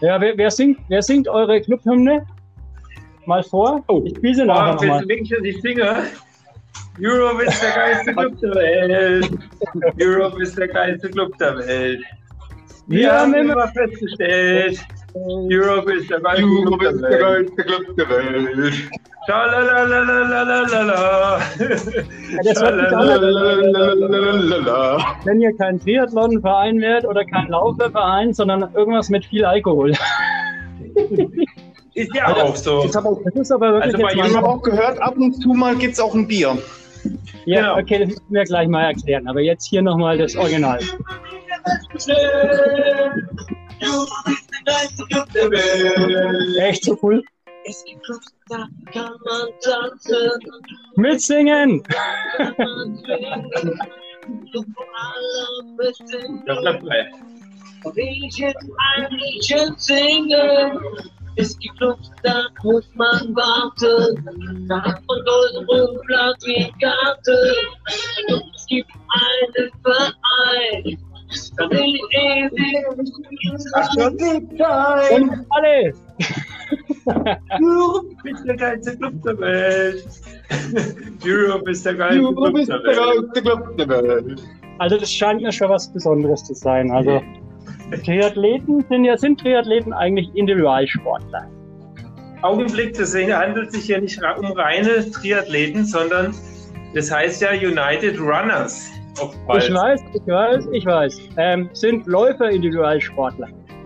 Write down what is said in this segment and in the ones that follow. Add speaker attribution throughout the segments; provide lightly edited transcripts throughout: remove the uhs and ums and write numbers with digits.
Speaker 1: Ja, wer singt eure Clubhymne? Mal vor.
Speaker 2: Oh.
Speaker 1: Ich spiele sie nachher nochmal.
Speaker 3: Wirklich, dass ich singe? Europe ist der geilste Club der Welt. Europe ist der geilste Club der Welt. Wir haben immer festgestellt, Europe ist der geilste Club der Welt. Schalalalalalalala.
Speaker 1: Wenn ihr kein Triathlon-Verein werdet oder kein Laufverein, sondern irgendwas mit viel Alkohol.
Speaker 3: Ist ja auch so.
Speaker 1: Das ist aber wirklich
Speaker 2: Also ich habe auch gehört, ab und zu mal gibt es auch ein Bier.
Speaker 1: Ja,
Speaker 3: Genau.
Speaker 1: okay, das müssen wir gleich mal erklären. Aber jetzt hier nochmal das Original. Echt so cool?
Speaker 4: Es gibt Clubs, da kann man tanzen.
Speaker 1: Mitsingen!
Speaker 3: Das bleibt bei.
Speaker 4: Ein Liedchen singen. Es gibt Clubs, da muss man warten. Da hat man Gold und Platin-Karte. Und es gibt einen Verein. Da will ich ewig.
Speaker 1: Und alle!
Speaker 3: Europe ist der geilste Club der Welt. Europe ist der geilste Club der Welt.
Speaker 1: Also das scheint mir schon was Besonderes zu sein. Also Triathleten sind Triathleten eigentlich Individualsportler?
Speaker 3: Augenblick, deswegen handelt es sich ja nicht um reine Triathleten, sondern das heißt ja United Runners.
Speaker 1: Ich weiß. Sind Läufer Individualsportler?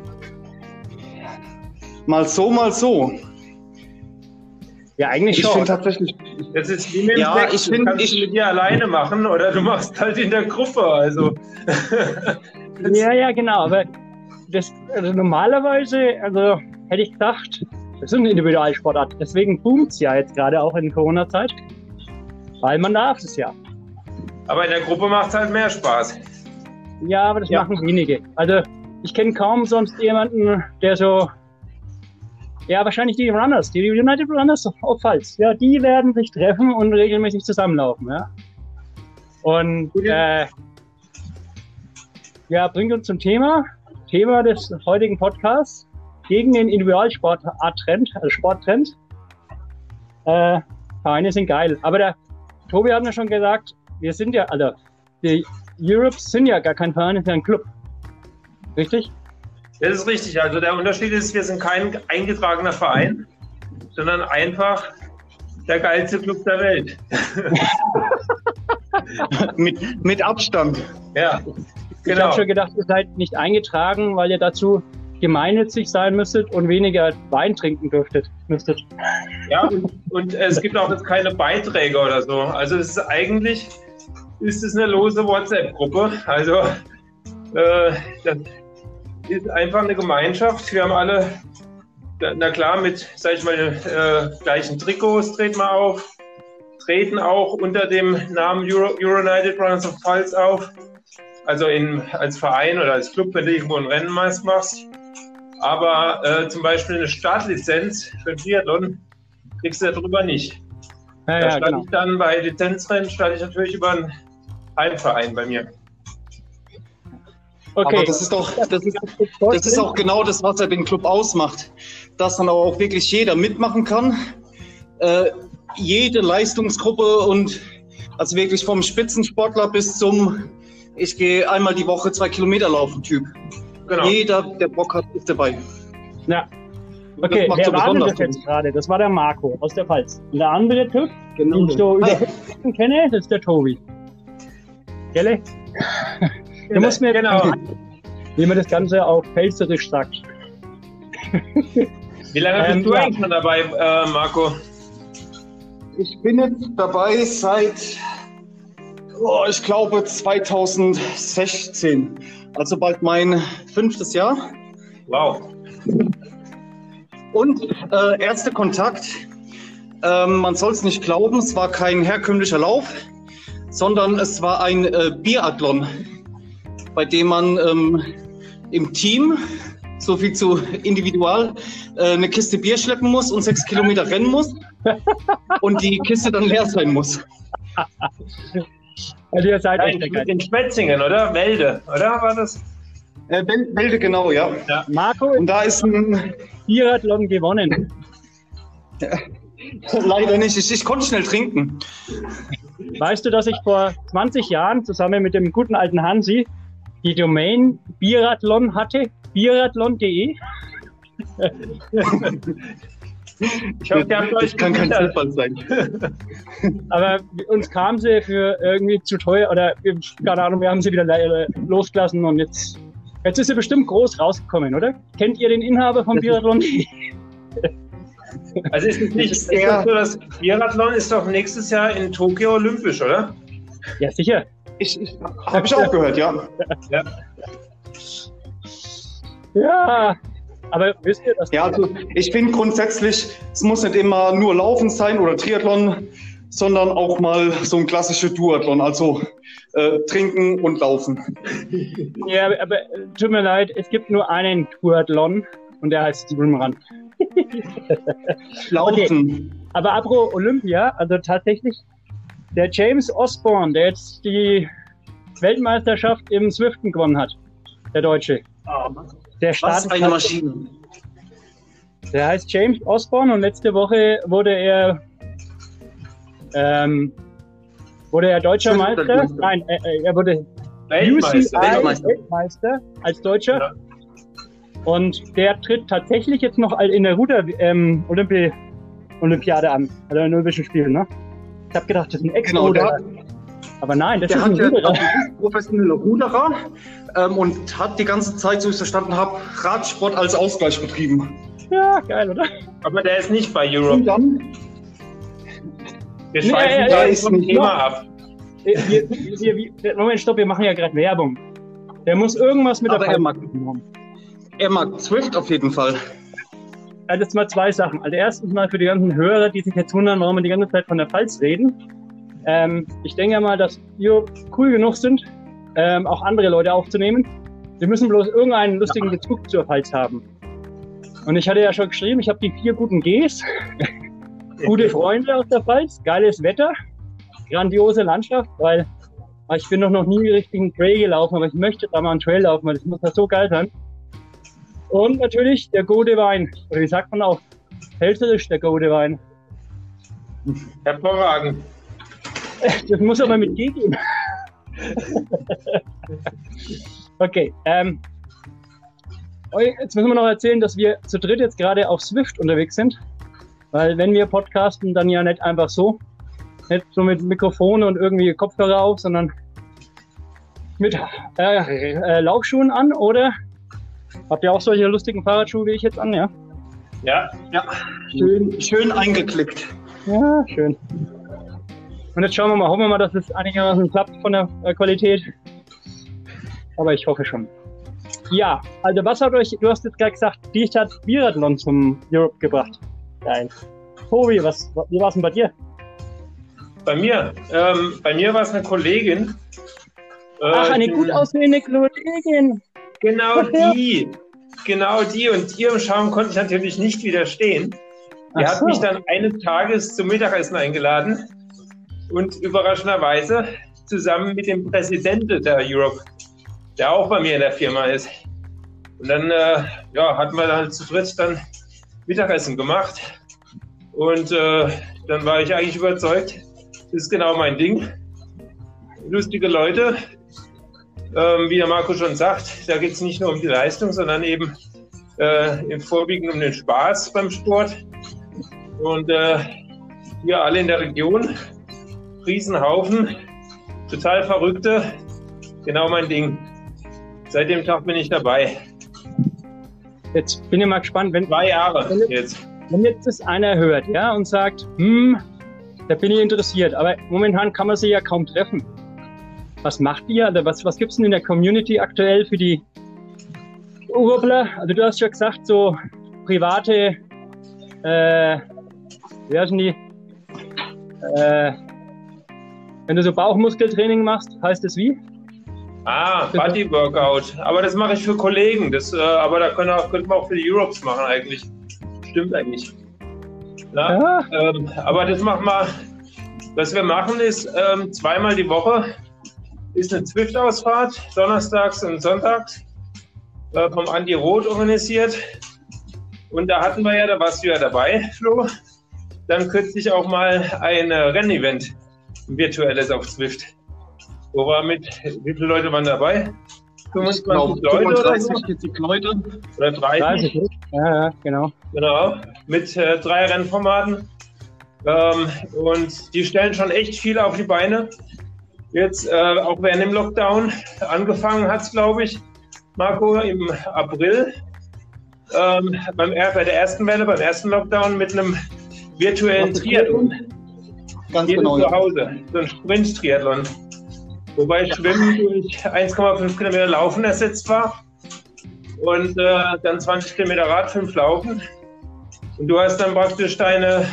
Speaker 2: Mal so, mal so.
Speaker 1: Ja, eigentlich
Speaker 2: Ich
Speaker 1: schon.
Speaker 2: finde tatsächlich.
Speaker 3: Das ist wie mit dem
Speaker 2: Ja,
Speaker 3: Sex.
Speaker 2: ich find-
Speaker 3: Du kannst es mit dir alleine machen oder du machst halt in der Gruppe. Also.
Speaker 1: Ja, genau. Aber also normalerweise, hätte ich gedacht, das ist eine Individualsportart. Deswegen boomt es ja jetzt gerade auch in Corona-Zeit. Weil man darf es ja.
Speaker 3: Aber in der Gruppe macht es halt mehr Spaß.
Speaker 1: Ja, aber das machen wenige. Also ich kenne kaum sonst jemanden, der so... Ja, wahrscheinlich die Runners, die United Runners auf Pfalz. Ja, die werden sich treffen und regelmäßig zusammenlaufen. Ja. Und bringt uns zum Thema des heutigen Podcasts gegen den Individualsporttrend, also Sporttrend. Vereine sind geil. Aber der Tobi hat mir schon gesagt, wir sind ja, also die Europes sind ja gar kein Verein, es ist ja ein Club. Richtig?
Speaker 3: Das ist richtig. Also der Unterschied ist, wir sind kein eingetragener Verein, sondern einfach der geilste Club der Welt.
Speaker 2: mit Abstand.
Speaker 3: Ja,
Speaker 1: Ich
Speaker 3: genau.
Speaker 1: habe schon gedacht, ihr seid nicht eingetragen, weil ihr dazu gemeinnützig sein müsstet und weniger Wein trinken müsstet.
Speaker 3: Ja, und es gibt auch jetzt keine Beiträge oder so. Also es ist eigentlich eine lose WhatsApp-Gruppe. Also das ist einfach eine Gemeinschaft. Wir haben alle, na klar, mit, sag ich mal, gleichen Trikots treten auch unter dem Namen United Runners of Pfalz auf. Also als Verein oder als Club, wenn du irgendwo ein Rennen machst. Aber zum Beispiel eine Startlizenz für einen Triathlon kriegst du darüber nicht. Da starte ich dann bei Lizenzrennen, starte ich natürlich über einen Heimverein bei mir.
Speaker 1: Okay.
Speaker 2: Aber das ist auch genau das, was ja den Club ausmacht. Dass dann auch wirklich jeder mitmachen kann. Jede Leistungsgruppe und also wirklich vom Spitzensportler bis zum ich gehe einmal die Woche 2 Kilometer laufen Typ.
Speaker 3: Genau.
Speaker 2: Jeder, der Bock hat, ist dabei.
Speaker 1: Ja. Okay, wer war denn das jetzt gerade? Das war der Marco aus der Pfalz. Und der andere Typ, den ich so über 15 kenne, das ist der Tobi. Gell? Du musst mir wie man das Ganze auf Pfälzerisch sagt.
Speaker 3: Wie lange bist du eigentlich schon dabei, Marco?
Speaker 2: Ich bin jetzt dabei seit, ich glaube 2016. Also bald mein 5. Jahr.
Speaker 3: Wow.
Speaker 2: Und erster Kontakt, man soll es nicht glauben, es war kein herkömmlicher Lauf, sondern es war ein Biathlon, bei dem man im Team, so viel zu individual, eine Kiste Bier schleppen muss und 6 Kilometer rennen muss und die Kiste dann leer sein muss.
Speaker 1: Also ihr seid echt
Speaker 3: in Schwetzingen, oder? Welde, oder war das?
Speaker 2: Bälde, genau, ja.
Speaker 1: Marco
Speaker 2: Und da ist ein
Speaker 1: Biathlon gewonnen.
Speaker 2: Leider nicht. Ich konnte schnell trinken.
Speaker 1: Weißt du, dass ich vor 20 Jahren zusammen mit dem guten alten Hansi die Domain Biathlon hatte? Biathlon.de?
Speaker 3: Ich hoffe, ihr habt euch
Speaker 2: das kann kein Zufall sein.
Speaker 1: Aber uns kam sie für irgendwie zu teuer oder keine Ahnung, wir haben sie wieder losgelassen und jetzt ist sie bestimmt groß rausgekommen, oder? Kennt ihr den Inhaber von Biathlon?
Speaker 3: Also ist es nicht ist das so, das Biathlon ist doch nächstes Jahr in Tokio olympisch, oder?
Speaker 1: Ja, sicher.
Speaker 2: Habe ich auch gehört, ja.
Speaker 1: Ja, aber wisst ihr das?
Speaker 2: Ja, also ich finde grundsätzlich, es muss nicht immer nur Laufen sein oder Triathlon, sondern auch mal so ein klassischer Duathlon, also trinken und laufen.
Speaker 1: Ja, aber tut mir leid, es gibt nur einen Duathlon und der heißt Swimrun.
Speaker 2: Laufen.
Speaker 1: Okay. Aber apropos Olympia, also tatsächlich der James Osborne, der jetzt die Weltmeisterschaft im Swiften gewonnen hat, der Deutsche. Der
Speaker 2: Was eine Maschine.
Speaker 1: Der heißt James Osborne und letzte Woche wurde er deutscher Meister. Nein, er wurde Weltmeister als Deutscher. Ja. Und der tritt tatsächlich jetzt noch in der Olympiade an, also in den Olympischen Spielen, ne? Ich habe gedacht, das ist ein Ex-Ruderer. Genau, aber nein, das ist ein Ruderer.
Speaker 2: Der ist professioneller Ruderer und hat die ganze Zeit, so ich es verstanden habe, Radsport als Ausgleich betrieben.
Speaker 1: Ja, geil, oder?
Speaker 3: Aber der ist nicht bei Europe.
Speaker 2: Und dann?
Speaker 3: Wir schweifen gleich vom Thema ab.
Speaker 1: Moment, stopp, wir machen ja gerade Werbung. Der muss irgendwas mit der
Speaker 2: Pfalz haben. Er mag Zwift auf jeden Fall.
Speaker 1: Also jetzt mal zwei Sachen. Also erstens mal für die ganzen Hörer, die sich jetzt wundern, warum wir die ganze Zeit von der Pfalz reden. Ich denke mal, dass wir cool genug sind, auch andere Leute aufzunehmen. Wir müssen bloß irgendeinen lustigen Bezug zur Pfalz haben. Und ich hatte ja schon geschrieben, ich habe die 4 guten Gs. Gute Freunde aus der Pfalz, geiles Wetter, grandiose Landschaft, weil ich bin noch nie richtig einen Trail gelaufen, aber ich möchte da mal einen Trail laufen, weil das muss ja so geil sein. Und natürlich der gute Wein. Oder wie sagt man auch? Pfälzerisch, der gute Wein.
Speaker 3: Hervorragend.
Speaker 1: Das muss aber mit G gehen. Okay. Jetzt müssen wir noch erzählen, dass wir zu dritt jetzt gerade auf Zwift unterwegs sind. Weil wenn wir podcasten, dann ja nicht einfach so. Nicht so mit Mikrofon und irgendwie Kopfhörer auf, sondern mit Laufschuhen an, oder? Habt ihr auch solche lustigen Fahrradschuhe wie ich jetzt an, ja?
Speaker 3: Ja.
Speaker 2: Schön eingeklickt.
Speaker 1: Ja, schön. Und jetzt schauen wir mal, hoffen wir mal, dass es einigermaßen klappt von der Qualität. Aber ich hoffe schon. Ja, also was hat euch, du hast jetzt gerade gesagt, dich hat Biathlon zum Europe gebracht. Geil. Tobi, wie war es denn bei dir?
Speaker 3: Bei mir war es eine Kollegin.
Speaker 1: Ach, eine gut aussehende Kollegin.
Speaker 3: Genau die. Und ihrem Charme konnte ich natürlich nicht widerstehen. Die hat mich dann eines Tages zum Mittagessen eingeladen und überraschenderweise zusammen mit dem Präsidenten der Europe, der auch bei mir in der Firma ist. Und dann hatten wir dann zu dritt dann Mittagessen gemacht und dann war ich eigentlich überzeugt, das ist genau mein Ding. Lustige Leute. Wie der Marco schon sagt, da geht es nicht nur um die Leistung, sondern eben im Vorwiegend um den Spaß beim Sport. Und wir alle in der Region, Riesenhaufen, total Verrückte, genau mein Ding. Seit dem Tag bin ich dabei.
Speaker 1: Jetzt bin ich mal gespannt, wenn
Speaker 3: 2 Jahre jetzt.
Speaker 1: Wenn jetzt das einer hört, ja, und sagt, da bin ich interessiert, aber momentan kann man sie ja kaum treffen. Was macht ihr? Also was gibt es denn in der Community aktuell für die Urlaubler? Also du hast schon gesagt, so private, wie heißen die? Wenn du so Bauchmuskeltraining machst, heißt das wie?
Speaker 3: Body-Workout. Aber das mache ich für Kollegen. Aber da könnte man auch für die Europes machen eigentlich. Stimmt eigentlich. Ja. Aber das machen wir. Was wir machen ist, 2-mal die Woche ist eine Zwift-Ausfahrt, donnerstags und sonntags. vom Andi Roth organisiert. Und da hatten wir ja, da warst du ja dabei, Flo, dann kürzlich auch mal ein Rennevent, ein virtuelles auf Zwift. Wo war wie viele Leute waren dabei? 25 Leute oder so?
Speaker 2: 40 Leute.
Speaker 3: Oder 30?
Speaker 1: Ja, genau.
Speaker 3: Genau, mit 3 Rennformaten. Und die stellen schon echt viel auf die Beine. Jetzt, auch während dem Lockdown, angefangen hat es, glaube ich, Marco, im April, bei der ersten Welle, beim ersten Lockdown mit einem virtuellen Triathlon.
Speaker 2: Ganz genau.
Speaker 3: Zu Hause, so ein Sprint-Triathlon. Wobei Schwimmen durch 1,5 Kilometer Laufen ersetzt war und dann 20 Kilometer Rad, 5 Laufen. Und du hast dann praktisch deine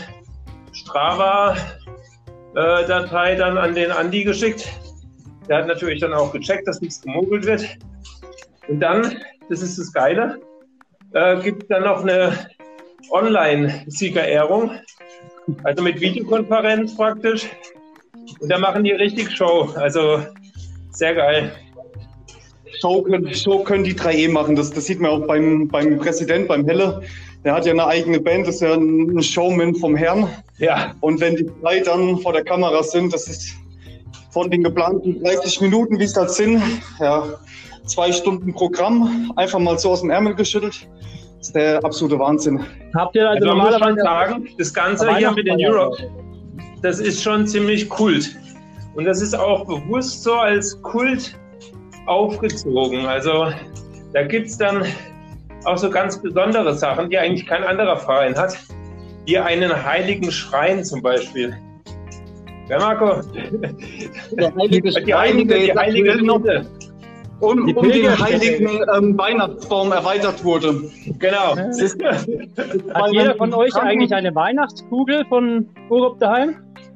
Speaker 3: Strava-Datei dann an den Andi geschickt. Der hat natürlich dann auch gecheckt, dass nichts gemogelt wird. Und dann, das ist das Geile, gibt es dann noch eine Online-Siegerehrung, also mit Videokonferenz praktisch. Und da machen die richtig Show, also sehr geil.
Speaker 2: Show können die 3E machen, das sieht man auch beim Präsident, beim Helle. Der hat ja eine eigene Band, das ist ja ein Showman vom Herrn.
Speaker 3: Ja.
Speaker 2: Und wenn die 3 dann vor der Kamera sind, das ist von den geplanten 30 Minuten, wie es da sind, ja, 2 Stunden Programm, einfach mal so aus dem Ärmel geschüttelt. Das ist der absolute Wahnsinn.
Speaker 1: Habt ihr also
Speaker 3: man muss
Speaker 1: normalerweise
Speaker 3: schon sagen, das Ganze hier mit den Europe, das ist schon ziemlich Kult. Und das ist auch bewusst so als Kult aufgezogen. Also da gibt es dann auch so ganz besondere Sachen, die eigentlich kein anderer Verein hat. Wie einen heiligen Schrein zum Beispiel. Ja, Marco?
Speaker 2: Der heilige Schrein,
Speaker 3: die heilige Note.
Speaker 2: Um den heiligen Weihnachtsbaum erweitert wurde.
Speaker 3: Genau.
Speaker 1: Hat jeder von euch eigentlich eine Weihnachtskugel von Urup daheim?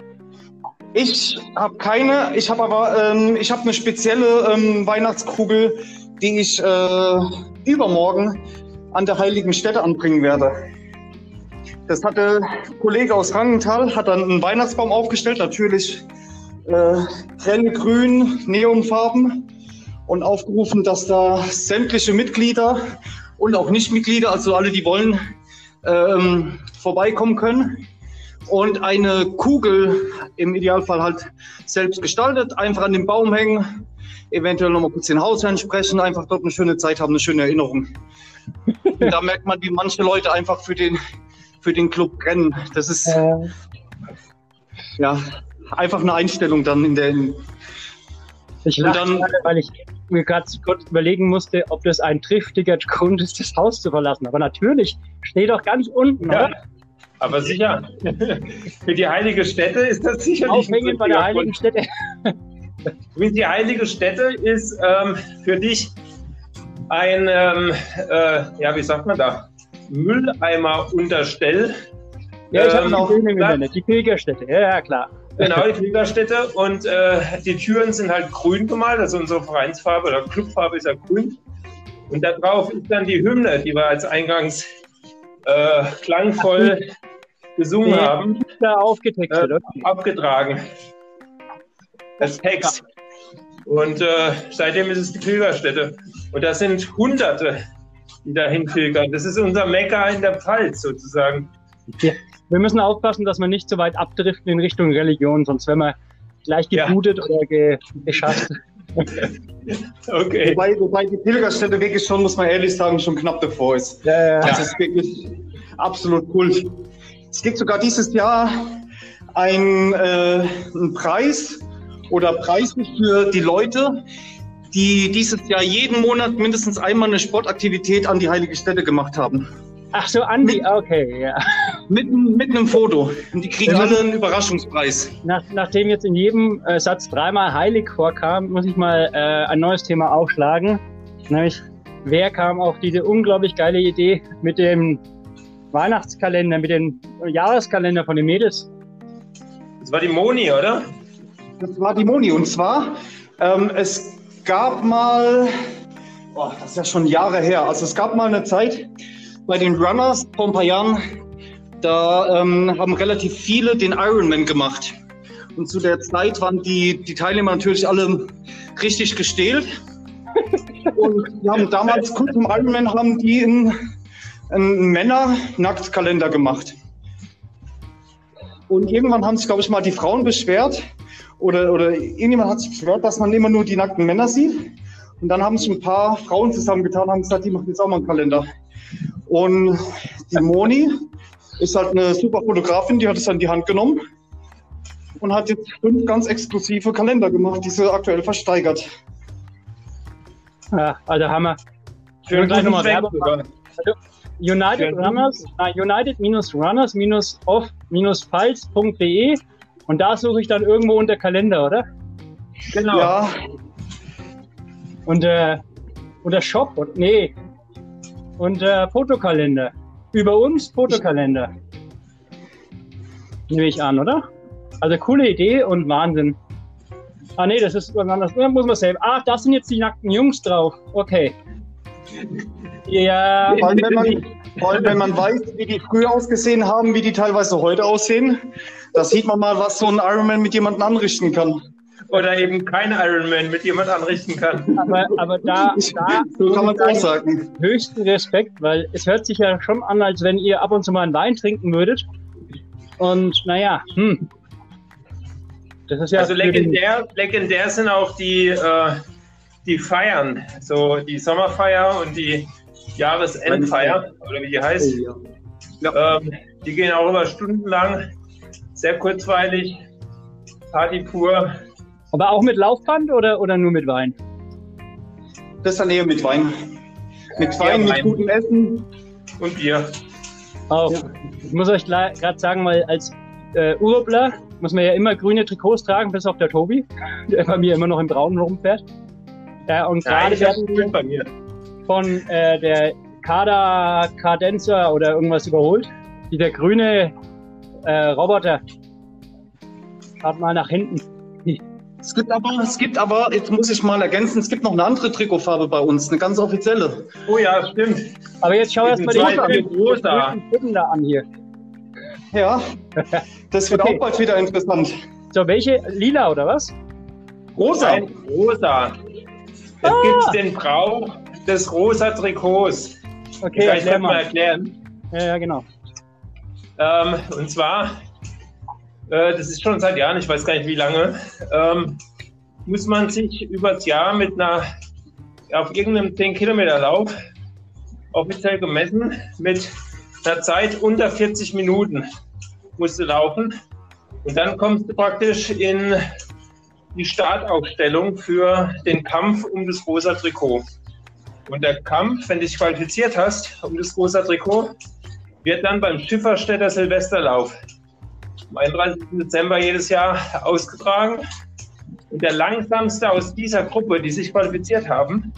Speaker 2: Ich habe keine, ich habe aber ich habe eine spezielle Weihnachtskugel, die ich übermorgen an der heiligen Stätte anbringen werde. Das hat der Kollege aus Rangenthal, hat dann einen Weihnachtsbaum aufgestellt, natürlich grell, grün, Neonfarben und aufgerufen, dass da sämtliche Mitglieder und auch Nichtmitglieder, also alle, die wollen, vorbeikommen können. Und eine Kugel, im Idealfall halt selbst gestaltet, einfach an den Baum hängen, eventuell nochmal kurz den Hausherrn sprechen, einfach dort eine schöne Zeit haben, eine schöne Erinnerung. Und da merkt man, wie manche Leute einfach für den Club brennen. Das ist ja einfach eine Einstellung dann in der.
Speaker 1: Ich lache gerade, weil ich mir gerade kurz überlegen musste, ob das ein triftiger Grund ist, das Haus zu verlassen. Aber natürlich, steht doch gar nicht unten,
Speaker 3: ja.
Speaker 1: Oder?
Speaker 3: Aber sicher, für die heilige Stätte ist das sicherlich
Speaker 1: Aufhängen bei der heiligen Stätte.
Speaker 3: Die heilige Stätte ist für dich ein, wie sagt man da, Mülleimer-Unterstell.
Speaker 1: Ja, ich habe auch im Internet, die Pilgerstätte, ja klar.
Speaker 3: Genau, die Pilgerstätte und die Türen sind halt grün gemalt, also unsere Vereinsfarbe oder Clubfarbe ist ja grün. Und da drauf ist dann die Hymne, die wir als eingangs klangvoll gesungen haben,
Speaker 1: da aufgetextet,
Speaker 3: abgetragen. Als Text. Und seitdem ist es die Pilgerstätte. Und das sind Hunderte, die dahin pilgern. Das ist unser Mekka in der Pfalz sozusagen.
Speaker 1: Ja. Wir müssen aufpassen, dass wir nicht so weit abdriften in Richtung Religion, sonst werden wir gleich geblutet oder geschafft.
Speaker 3: Okay.
Speaker 2: Wobei die Pilgerstätte wirklich schon, muss man ehrlich sagen, schon knapp davor ist.
Speaker 1: Ja.
Speaker 2: Das ist wirklich absolut Kult. Es gibt sogar dieses Jahr einen Preis oder Preise für die Leute, die dieses Jahr jeden Monat mindestens einmal eine Sportaktivität an die heilige Stätte gemacht haben.
Speaker 1: Ach so, Andi, okay, ja.
Speaker 2: Mit einem Foto. Und die kriegen alle einen Überraschungspreis.
Speaker 1: Nachdem jetzt in jedem Satz 3-mal heilig vorkam, muss ich mal ein neues Thema aufschlagen. Nämlich, wer kam auf diese unglaublich geile Idee mit dem Weihnachtskalender, mit dem Jahreskalender von den Mädels?
Speaker 3: Das war die Moni, oder?
Speaker 2: Das war die Moni. Und zwar, es gab mal, das ist ja schon Jahre her, also es gab mal eine Zeit bei den Runners vor ein paar Jahren, da haben relativ viele den Ironman gemacht. Und zu der Zeit waren die Teilnehmer natürlich alle richtig gestählt. Und die haben damals, kurz zum Ironman, haben die einen Männer-Nacktkalender gemacht. Und irgendwann haben sich, glaube ich, mal die Frauen beschwert, oder irgendjemand hat sich beschwert, dass man immer nur die nackten Männer sieht. Und dann haben sich ein paar Frauen zusammengetan und haben gesagt, die machen jetzt auch mal einen Kalender. Und die Moni ist halt eine super Fotografin, die hat es an die Hand genommen und hat jetzt 5 ganz exklusive Kalender gemacht, die sie aktuell versteigert.
Speaker 1: Ja, also Hammer.
Speaker 3: Schön
Speaker 1: gleich nochmal
Speaker 3: Werbung.
Speaker 1: United-Runners-of-pfalz.de und da suche ich dann irgendwo unter Kalender, oder?
Speaker 3: Genau.
Speaker 2: Ja,
Speaker 1: Unter Shop, nee, unter Fotokalender. Über uns Fotokalender. Nehme ich an, oder? Also coole Idee und Wahnsinn. Ah nee, das ist was anderes. Da muss man selber. Ah, da sind jetzt die nackten Jungs drauf. Okay. Ja.
Speaker 2: vor allem wenn man weiß, wie die früher ausgesehen haben, wie die teilweise heute aussehen, da sieht man mal, was so ein Ironman mit jemandem anrichten kann.
Speaker 3: Oder eben kein Ironman mit jemand anrichten kann.
Speaker 1: Aber da
Speaker 2: So kann man es auch sagen.
Speaker 1: höchsten Respekt, weil es hört sich ja schon an, als wenn ihr ab und zu mal einen Wein trinken würdet. Und naja, das ist ja.
Speaker 3: Also legendär sind auch die Feiern, so die Sommerfeier und die Jahresendfeier, oder wie die heißt.
Speaker 2: Ja.
Speaker 3: Die gehen auch immer stundenlang, sehr kurzweilig, Party pur.
Speaker 1: Aber auch mit Laufband oder nur mit Wein?
Speaker 2: Das ist dann eher mit Wein. Mit Wein, mit gutem Essen.
Speaker 3: Und Bier.
Speaker 1: Auch. Ja. Ich muss euch gerade sagen, weil als Urlaubler muss man ja immer grüne Trikots tragen, bis auf der Tobi, der bei mir immer noch im Braunen rumfährt. Und gerade werden wir
Speaker 3: bei mir
Speaker 1: von der Cadenza oder irgendwas überholt. Dieser grüne Roboter. Schaut mal nach hinten.
Speaker 2: Es gibt aber, jetzt muss ich mal ergänzen, es gibt noch eine andere Trikotfarbe bei uns, eine ganz offizielle.
Speaker 3: Oh ja, stimmt.
Speaker 1: Aber jetzt schau erst mal den
Speaker 3: rosa
Speaker 1: Typen da an hier.
Speaker 2: Ja, das wird auch bald wieder interessant.
Speaker 1: So, welche? Lila oder was?
Speaker 2: Rosa.
Speaker 3: Ein rosa. Es gibt den Brauch des rosa Trikots.
Speaker 1: Okay,
Speaker 3: Vielleicht können wir erklären.
Speaker 1: Ja, genau.
Speaker 3: Und zwar, das ist schon seit Jahren, ich weiß gar nicht wie lange, muss man sich übers Jahr auf irgendeinem 10-Kilometer-Lauf offiziell gemessen mit einer Zeit unter 40 Minuten musst du laufen. Und dann kommst du praktisch in die Startaufstellung für den Kampf um das rosa Trikot. Und der Kampf, wenn du dich qualifiziert hast um das rosa Trikot, wird dann beim Schifferstädter Silvesterlauf am 31. Dezember jedes Jahr ausgetragen. Und der langsamste aus dieser Gruppe, die sich qualifiziert haben,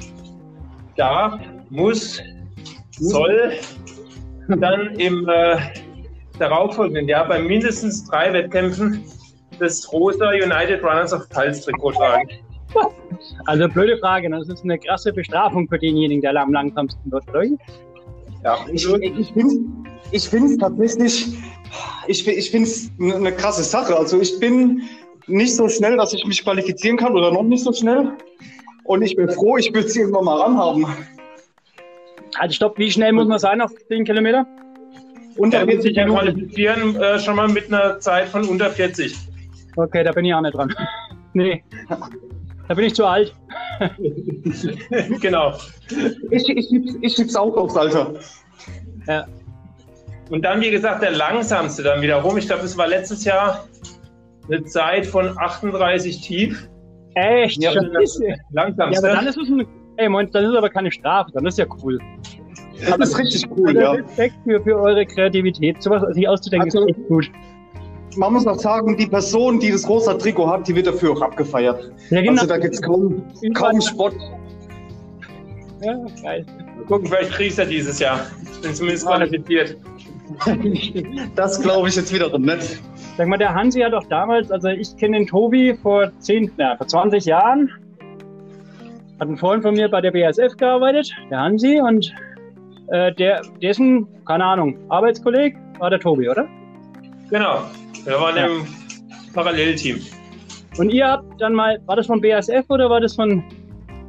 Speaker 3: soll dann im darauffolgenden Jahr bei mindestens 3 Wettkämpfen das rosa United Runners of Pfalz Trikot tragen.
Speaker 1: Also blöde Frage, das ist eine krasse Bestrafung für denjenigen, der am langsamsten wird, oder?
Speaker 2: Ja, ich finde es tatsächlich, ich finde es eine krasse Sache. Also ich bin nicht so schnell, dass ich mich qualifizieren kann oder noch nicht so schnell. Und ich bin froh, ich will es irgendwann mal ranhaben.
Speaker 1: Also stopp, wie schnell muss man sein auf 10 Kilometer?
Speaker 3: Unter 40 Minuten qualifizieren, schon mal mit einer Zeit von unter 40.
Speaker 1: Okay, da bin ich auch nicht dran. Nee, da bin ich zu alt.
Speaker 3: Genau.
Speaker 2: Ich schieb's auch aufs Alter.
Speaker 1: Ja.
Speaker 3: Und dann, wie gesagt, der langsamste dann wiederum. Ich glaube, es war letztes Jahr eine Zeit von 38 tief.
Speaker 1: Echt?
Speaker 3: Ja,
Speaker 1: langsamste. Ja, aber dann ist es dann ist aber keine Strafe, dann ist ja cool.
Speaker 2: Das ist richtig cool,
Speaker 1: also
Speaker 2: ja.
Speaker 1: Respekt für eure Kreativität. Sowas sich auszudenken ist echt gut.
Speaker 2: Man muss auch sagen, die Person, die das rosa Trikot hat, die wird dafür auch abgefeiert.
Speaker 1: Ja, genau.
Speaker 2: Also da gibt es kaum Spott.
Speaker 1: Ja, geil.
Speaker 3: Mal gucken, vielleicht kriege ich es ja dieses Jahr. Ich bin zumindest qualifiziert.
Speaker 2: Das glaube ich jetzt wiederum nicht.
Speaker 1: Sag mal, der Hansi hat doch damals, also ich kenne den Tobi vor 20 Jahren, hat ein Freund von mir bei der BASF gearbeitet, der Hansi, und dessen, keine Ahnung, Arbeitskolleg war der Tobi, oder?
Speaker 3: Genau, wir waren im Parallelteam.
Speaker 1: Und ihr habt dann mal, war das von BASF oder war das von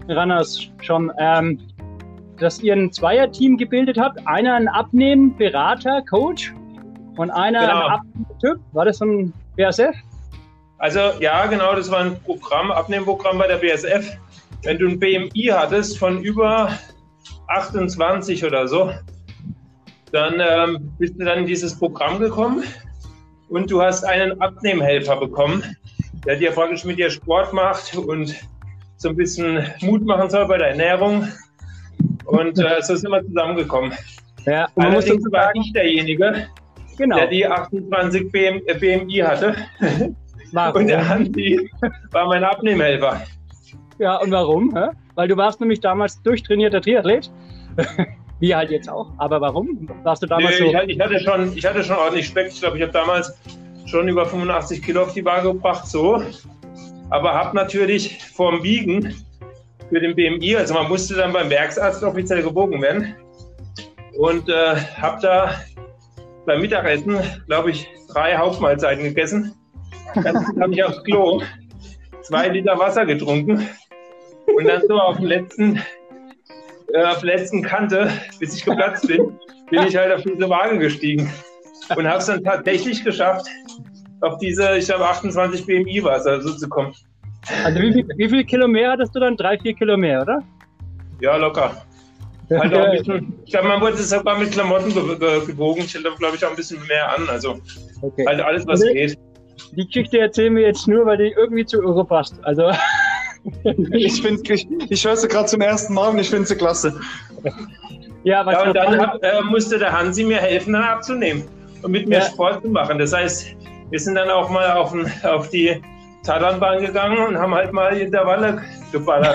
Speaker 1: Runners schon, dass ihr ein Zweierteam gebildet habt. Einer ein Abnehmen, Berater, Coach und einer
Speaker 3: Genau.
Speaker 1: ein Abnehmen-Typ. War das so ein BASF?
Speaker 3: Also ja, genau, das war ein Abnehmprogramm bei der BASF. Wenn du ein BMI hattest von über 28 oder so, dann bist du dann in dieses Programm gekommen und du hast einen Abnehmhelfer bekommen, der dir praktisch mit dir Sport macht und so ein bisschen Mut machen soll bei der Ernährung. Und so sind wir zusammengekommen.
Speaker 1: Ja, und man
Speaker 3: Allerdings
Speaker 1: muss
Speaker 3: war ich derjenige,
Speaker 1: genau.
Speaker 3: der die 28 BMI hatte.
Speaker 1: Warum?
Speaker 3: Und der Andi war mein Abnehmhelfer.
Speaker 1: Ja, und warum? Hä? Weil du warst nämlich damals durchtrainierter Triathlet. Wie halt jetzt auch. Aber warum? Warst du damals so?
Speaker 3: Ich hatte schon ordentlich Speck. Ich glaube, ich habe damals schon über 85 Kilo auf die Waage gebracht. So. Aber habe natürlich vorm Wiegen für den BMI, also man musste dann beim Werksarzt offiziell gewogen werden. Und habe da beim Mittagessen, glaube ich, 3 Hauptmahlzeiten gegessen. Dann habe ich aufs Klo 2 Liter Wasser getrunken und dann so auf der letzten Kante, bis ich geplatzt bin ich halt auf diese Waage gestiegen und habe es dann tatsächlich geschafft, auf diese, ich glaube 28 BMI war es, also zu kommen.
Speaker 1: Also wie viel Kilo mehr hattest du dann? 3-4 Kilo mehr, oder?
Speaker 3: Ja, locker. Halt auch ein bisschen, ich glaube, man wurde sogar mit Klamotten gewogen. Ich hatte, glaube ich, auch ein bisschen mehr an. Also
Speaker 1: okay.
Speaker 3: Halt alles, was geht.
Speaker 1: Die Geschichte erzählen wir jetzt nur, weil die irgendwie zu Euro passt. Also
Speaker 2: Ich höre sie gerade zum ersten Mal und ich finde sie klasse.
Speaker 1: ja, was
Speaker 3: Und dann musste der Hansi mir helfen, dann abzunehmen und mit mir Sport zu machen. Das heißt, wir sind dann auch mal auf die Tatanbahn gegangen und haben halt mal Intervalle geballert.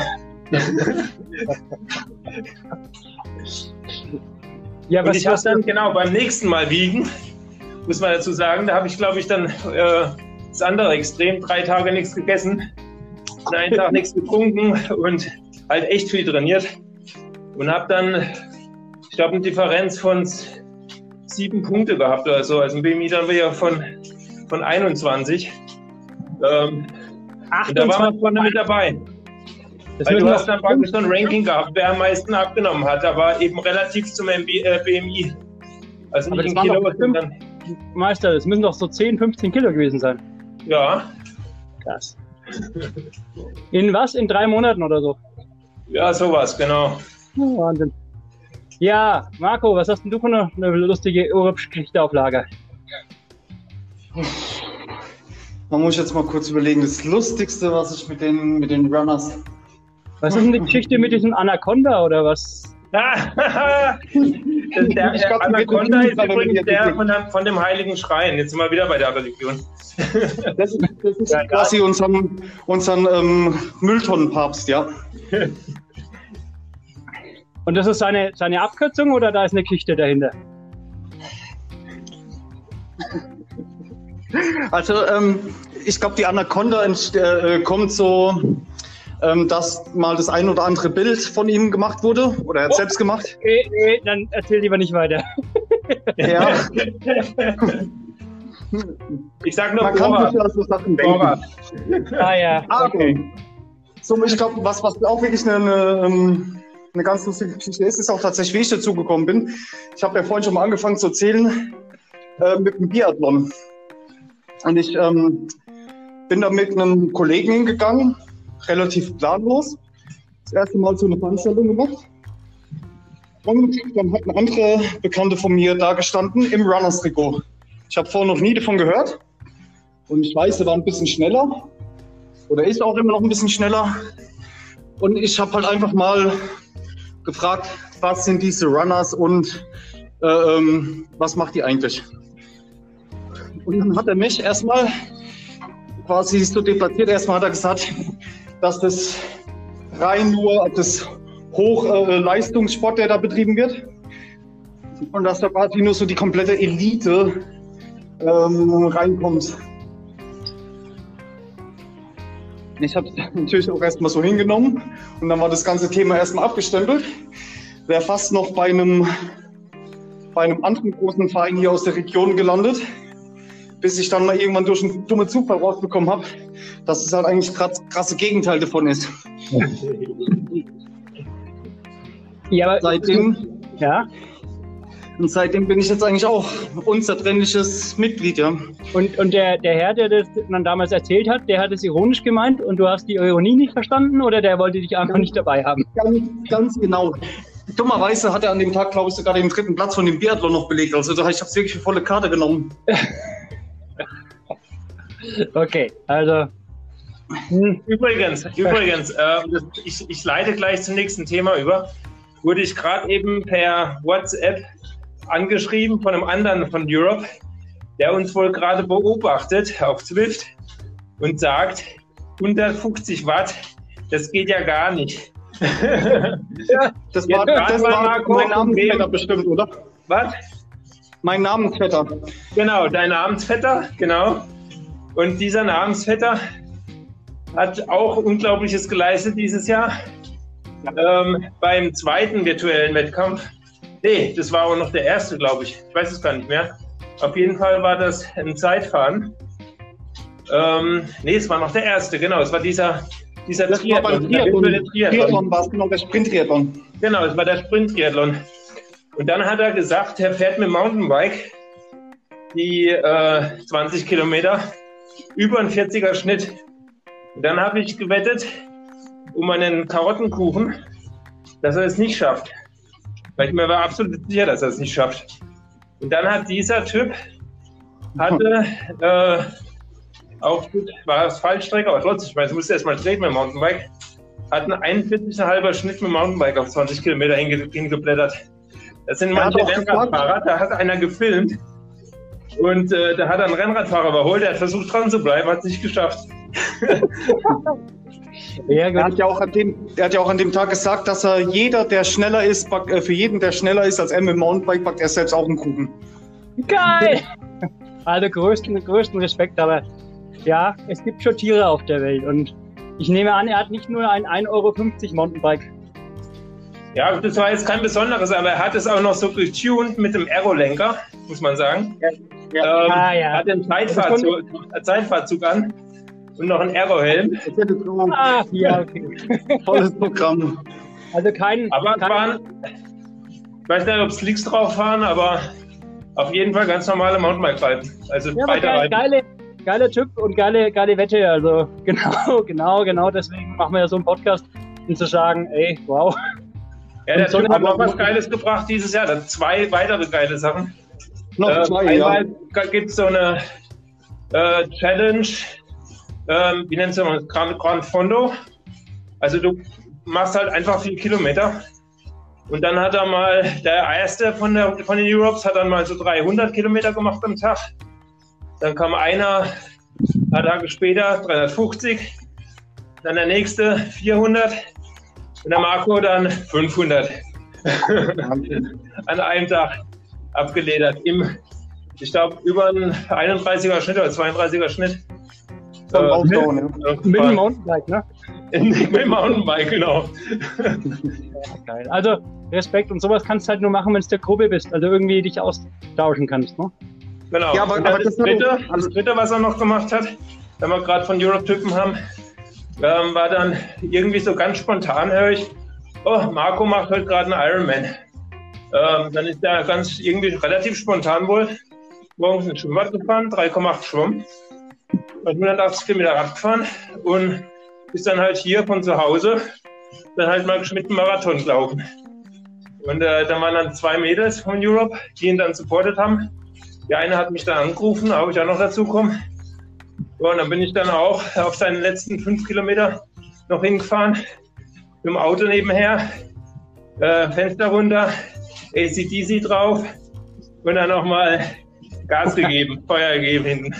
Speaker 1: ja,
Speaker 3: Und
Speaker 1: was
Speaker 3: ich habe dann genau beim nächsten Mal wiegen, muss man dazu sagen, da habe ich, glaube ich, dann das andere Extrem, 3 Tage nichts gegessen, und einen Tag nichts getrunken und halt echt viel trainiert und habe dann, ich glaube, eine Differenz von 7 Punkte gehabt oder so, also ein BMI dann wieder von 21. Und da war man vorne mit dabei. Weil du hast dann praktisch so ein Ranking gehabt, wer am meisten abgenommen hat, aber eben relativ zum BMI. Also nicht in Kilo, sondern...
Speaker 1: Meister, das müssen doch so 10, 15 Kilo gewesen sein.
Speaker 3: Ja.
Speaker 1: Krass. In was? In 3 Monaten oder so?
Speaker 3: Ja, sowas, genau.
Speaker 1: Oh, Wahnsinn. Ja, Marco, was hast denn du für eine lustige Urlaubsgeschichte auf Lager?
Speaker 2: Man muss jetzt mal kurz überlegen, das Lustigste, was ich mit den Runners...
Speaker 1: Was ist denn die Geschichte mit diesem Anaconda oder was?
Speaker 3: Der Anaconda ist übrigens der von dem Heiligen Schrein. Jetzt sind wir wieder bei der Religion.
Speaker 2: Das ist quasi unseren Mülltonnenpapst, ja.
Speaker 1: Und das ist seine Abkürzung oder da ist eine Geschichte dahinter?
Speaker 2: Also ich glaube, die Anaconda kommt so, dass mal das ein oder andere Bild von ihm gemacht wurde oder er hat selbst gemacht.
Speaker 1: Okay, dann erzähl lieber nicht weiter.
Speaker 2: Ja.
Speaker 3: Ich sag nur,
Speaker 2: man kann sich ja so Sachen denken.
Speaker 1: Ah ja, okay.
Speaker 2: So, ich glaube, was auch wirklich eine ganz lustige Geschichte ist auch tatsächlich, wie ich dazu gekommen bin. Ich habe ja vorhin schon mal angefangen zu erzählen mit dem Biathlon. Und ich bin da mit einem Kollegen hingegangen, relativ planlos. Das erste Mal so eine Veranstaltung gemacht. Und dann hat eine andere Bekannte von mir da gestanden im Runners-Trikot. Ich habe vorher noch nie davon gehört. Und ich weiß, er war ein bisschen schneller. Oder ist auch immer noch ein bisschen schneller. Und ich habe halt einfach mal gefragt, was sind diese Runners und was macht die eigentlich? Und dann hat er mich erstmal quasi so deplatziert. Erstmal hat er gesagt, dass das rein nur das Hochleistungssport, der da betrieben wird. Und dass da quasi nur so die komplette Elite reinkommt. Ich habe natürlich auch erstmal so hingenommen und dann war das ganze Thema erstmal abgestempelt. Wäre fast noch bei einem anderen großen Verein hier aus der Region gelandet, bis ich dann mal irgendwann durch einen dummen Zufall rausbekommen habe, dass es halt eigentlich krasse Gegenteil davon ist.
Speaker 1: Ja, aber
Speaker 2: Seitdem,
Speaker 1: ja.
Speaker 2: und seitdem bin ich jetzt eigentlich auch unzertrennliches Mitglied, ja.
Speaker 1: Und der Herr, der das dann damals erzählt hat, der hat es ironisch gemeint und du hast die Ironie nicht verstanden oder der wollte dich einfach nicht dabei haben?
Speaker 2: Ganz genau. Dummerweise hat er an dem Tag, glaube ich, sogar den 3. Platz von dem Biathlon noch belegt. Also ich habe es wirklich für volle Karte genommen.
Speaker 1: Okay, also...
Speaker 3: Übrigens, ich leite gleich zum nächsten Thema über. Wurde ich gerade eben per WhatsApp angeschrieben von einem anderen von Europe, der uns wohl gerade beobachtet auf Zwift und sagt, 150 Watt, das geht ja gar nicht.
Speaker 2: Ja, das war mein Namensvetter bestimmt, oder?
Speaker 3: Was?
Speaker 2: Mein Namensvetter.
Speaker 3: Genau, dein Namensvetter, genau. Und dieser Namensvetter hat auch Unglaubliches geleistet dieses Jahr. Beim zweiten virtuellen Wettkampf. Nee, das war auch noch der erste, glaube ich. Ich weiß es gar nicht mehr. Auf jeden Fall war das ein Zeitfahren. Nee, es war noch der erste, genau. Es war dieser
Speaker 2: das
Speaker 3: Triathlon.
Speaker 2: Triathlon war es, genau, der Sprint-Triathlon.
Speaker 3: Genau, es war der Sprint-Triathlon. Und dann hat er gesagt, er fährt mit dem Mountainbike die 20 Kilometer über einen 40er Schnitt. Und dann habe ich gewettet um einen Karottenkuchen, dass er es nicht schafft. Weil ich mir war absolut sicher, dass er es nicht schafft. Und dann hat dieser Typ, war es Fallstrecke, aber trotzdem, ich meine, du musst erst mal treten mit dem Mountainbike, hat einen 41,5er Schnitt mit dem Mountainbike auf 20 Kilometer hingeblättert. Das sind manche Rennradfahrer, da hat einer gefilmt und da hat er einen Rennradfahrer überholt, der hat versucht dran zu bleiben, hat es nicht geschafft.
Speaker 2: Ja, er hat ja auch an dem Tag gesagt, dass jeder, der schneller ist, für jeden, der schneller ist als er mit dem Mountainbike, backt er selbst auch einen Kuchen.
Speaker 1: Geil! Also größten Respekt, aber ja, es gibt schon Tiere auf der Welt und ich nehme an, er hat nicht nur ein 1,50 € Mountainbike.
Speaker 3: Ja, das war jetzt kein besonderes, aber er hat es auch noch so getuned mit dem Aerolenker, muss man sagen. Ja. Hat den Zeitfahrzug an und noch einen Aerohelm.
Speaker 1: Ja, okay.
Speaker 2: Volles Programm.
Speaker 1: Also
Speaker 3: ich weiß nicht, ob Slicks drauf waren, aber auf jeden Fall ganz normale Mountainbike-Reifen. Also
Speaker 1: ja, beide Reifen. Geiler Typ und geile Wette. Also genau. Deswegen machen wir ja so einen Podcast, um zu sagen, ey, wow.
Speaker 3: Ja, der Typ hat noch was Geiles gebracht dieses Jahr. Dann 2 weitere geile Sachen.
Speaker 2: Noch 2, ja.
Speaker 3: Einmal gibt es so eine Challenge, wie nennt man das? Grand Fondo. Also du machst halt einfach 4 Kilometer. Und dann hat er mal, der erste von den Europes hat dann mal so 300 Kilometer gemacht am Tag. Dann kam einer, ein paar Tage später, 350. Dann der nächste 400. Und der Marco dann 500. An einem Tag abgeledert. Ich glaube, über einen 31er Schnitt oder 32er Schnitt.
Speaker 1: Mit dem Mountainbike, ne?
Speaker 3: Mit dem Mountainbike, genau.
Speaker 1: Ja, geil. Also Respekt und sowas kannst du halt nur machen, wenn du der Gruppe bist. Also irgendwie dich austauschen kannst, ne?
Speaker 3: Genau. Ja, aber das Dritte, was er noch gemacht hat, wenn wir gerade von Europe-Typen haben, war dann irgendwie so ganz spontan, höre ich, oh, Marco macht heute gerade einen Ironman. Dann ist er ganz irgendwie relativ spontan wohl morgens ins Schwimmbad gefahren, 3,8 Schwamm, 180 Kilometer Rad gefahren und ist dann halt hier von zu Hause dann halt mal geschnitten Marathon gelaufen. Und da waren dann 2 Mädels von Europe, die ihn dann supportet haben. Die eine hat mich dann angerufen, da habe ich auch noch dazu gekommen. Ja, und dann bin ich dann auch auf seinen letzten 5 Kilometer noch hingefahren, mit dem Auto nebenher, Fenster runter, AC/DC drauf und dann nochmal Gas gegeben, Feuer gegeben hinten.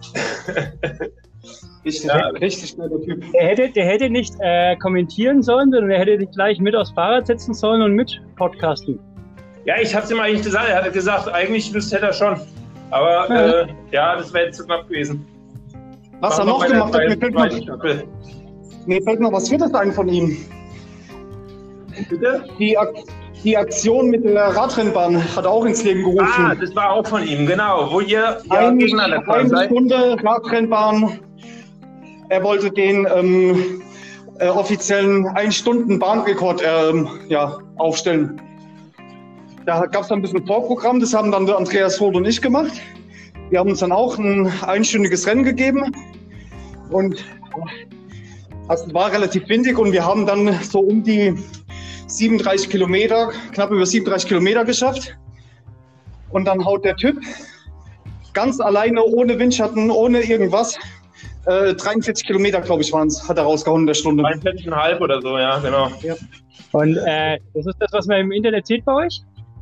Speaker 2: Richtig guter Typ.
Speaker 1: Der hätte nicht kommentieren sollen, sondern er hätte dich gleich mit aufs Fahrrad setzen sollen und mit podcasten.
Speaker 3: Ja, ich habe es ihm eigentlich gesagt. Er hatte gesagt, eigentlich Lust hätte er schon. Aber ja, das wäre jetzt zu knapp gewesen.
Speaker 2: Was er noch gemacht hat, mir fällt noch was Viertes ein von ihm.
Speaker 3: Bitte?
Speaker 2: Die Aktion mit der Radrennbahn hat er auch ins Leben gerufen.
Speaker 3: Ah, das war auch von ihm, genau. Wo ihr
Speaker 2: gegeneinander fahren seid. 1 Stunde Radrennbahn. Er wollte den offiziellen 1-Stunden-Bahnrekord aufstellen. Da gab es dann ein bisschen Vorprogramm, das haben dann der Andreas Roth und ich gemacht. Wir haben uns dann auch ein einstündiges Rennen gegeben und es war relativ windig und wir haben dann so um die 37 Kilometer, knapp über 37 Kilometer geschafft. Und dann haut der Typ ganz alleine, ohne Windschatten, ohne irgendwas, 43 Kilometer, glaube ich, waren es, hat er rausgehauen in der Stunde.
Speaker 3: 43,5 oder so, ja, genau.
Speaker 1: Ja. Und das ist das, was man im Internet sieht bei euch?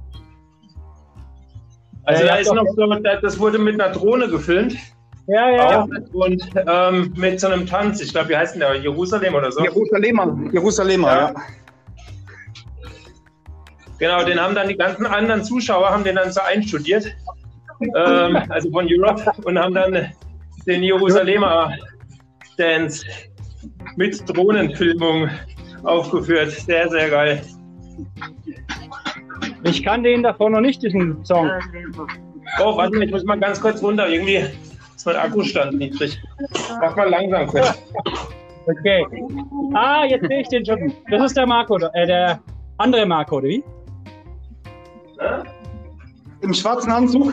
Speaker 3: Also da ist noch so, das wurde mit einer Drohne gefilmt.
Speaker 1: Ja.
Speaker 3: Und mit so einem Tanz, ich glaube, wie heißt denn der? Jerusalem oder so?
Speaker 2: Jerusalemer, ja.
Speaker 3: Genau, den haben dann die ganzen anderen Zuschauer, haben den dann so einstudiert, also von Europe, und haben dann den Jerusalemer Dance mit Drohnenfilmung aufgeführt. Sehr, sehr geil.
Speaker 1: Ich kannte ihn davor noch nicht, diesen Song.
Speaker 3: Oh, warte mal, ich muss mal ganz kurz runter. Irgendwie ist mein Akkustand niedrig. Mach mal langsam kurz.
Speaker 1: Okay. Jetzt sehe ich den schon. Das ist der Marco, der andere Marco, oder wie?
Speaker 2: Im schwarzen Anzug?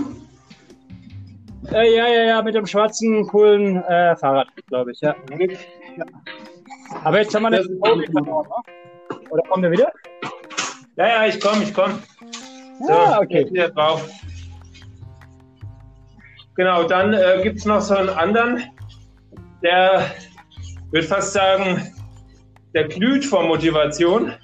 Speaker 1: Ja, mit dem schwarzen, coolen Fahrrad, glaube ich, ja. Aber jetzt haben wir nicht. Oder kommt er wieder?
Speaker 3: Ja, ich komm. So,
Speaker 1: okay.
Speaker 3: Hier drauf. Genau, dann gibt es noch so einen anderen, der, würde fast sagen, der glüht vor Motivation.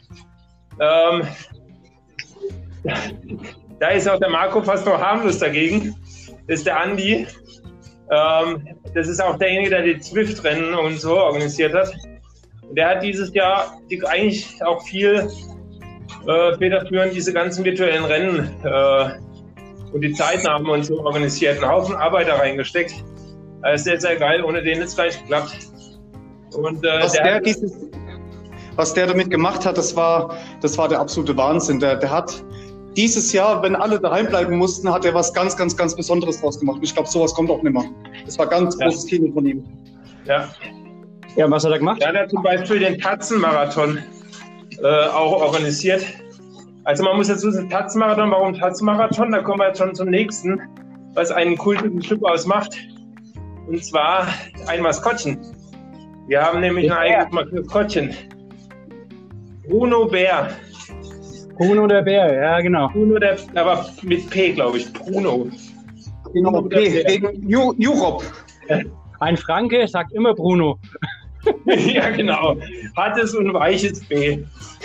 Speaker 3: Da ist auch der Marco fast noch harmlos dagegen. Das ist der Andi. Das ist auch derjenige, der die Zwift-Rennen und so organisiert hat. Und der hat dieses Jahr eigentlich auch viel federführend diese ganzen virtuellen Rennen und die Zeitnahmen und so organisiert. Einen Haufen Arbeit da reingesteckt. Das ist sehr, sehr geil. Ohne den ist es gleich geklappt. Und,
Speaker 2: was der damit gemacht hat, das war der absolute Wahnsinn. Der hat dieses Jahr, wenn alle daheim bleiben mussten, hat er was ganz, ganz, ganz Besonderes draus gemacht. Ich glaube, sowas kommt auch nicht mehr. Das war ganz großes Kino von ihm.
Speaker 1: Ja, was hat er gemacht?
Speaker 3: Ja, der hat zum Beispiel den Tatzenmarathon auch organisiert. Also man muss dazu sagen, Tatzenmarathon, warum Tatzenmarathon? Da kommen wir jetzt schon zum nächsten, was einen kultigen Club ausmacht. Und zwar ein Maskottchen. Wir haben nämlich ein eigenes Maskottchen. Bruno Bär.
Speaker 1: Bruno der Bär, ja genau.
Speaker 3: Bruno der, aber mit P, glaube ich. Bruno.
Speaker 2: Genau, P, wegen Europe.
Speaker 1: Ein Franke sagt immer Bruno.
Speaker 3: Ja, genau. Hartes und weiches B.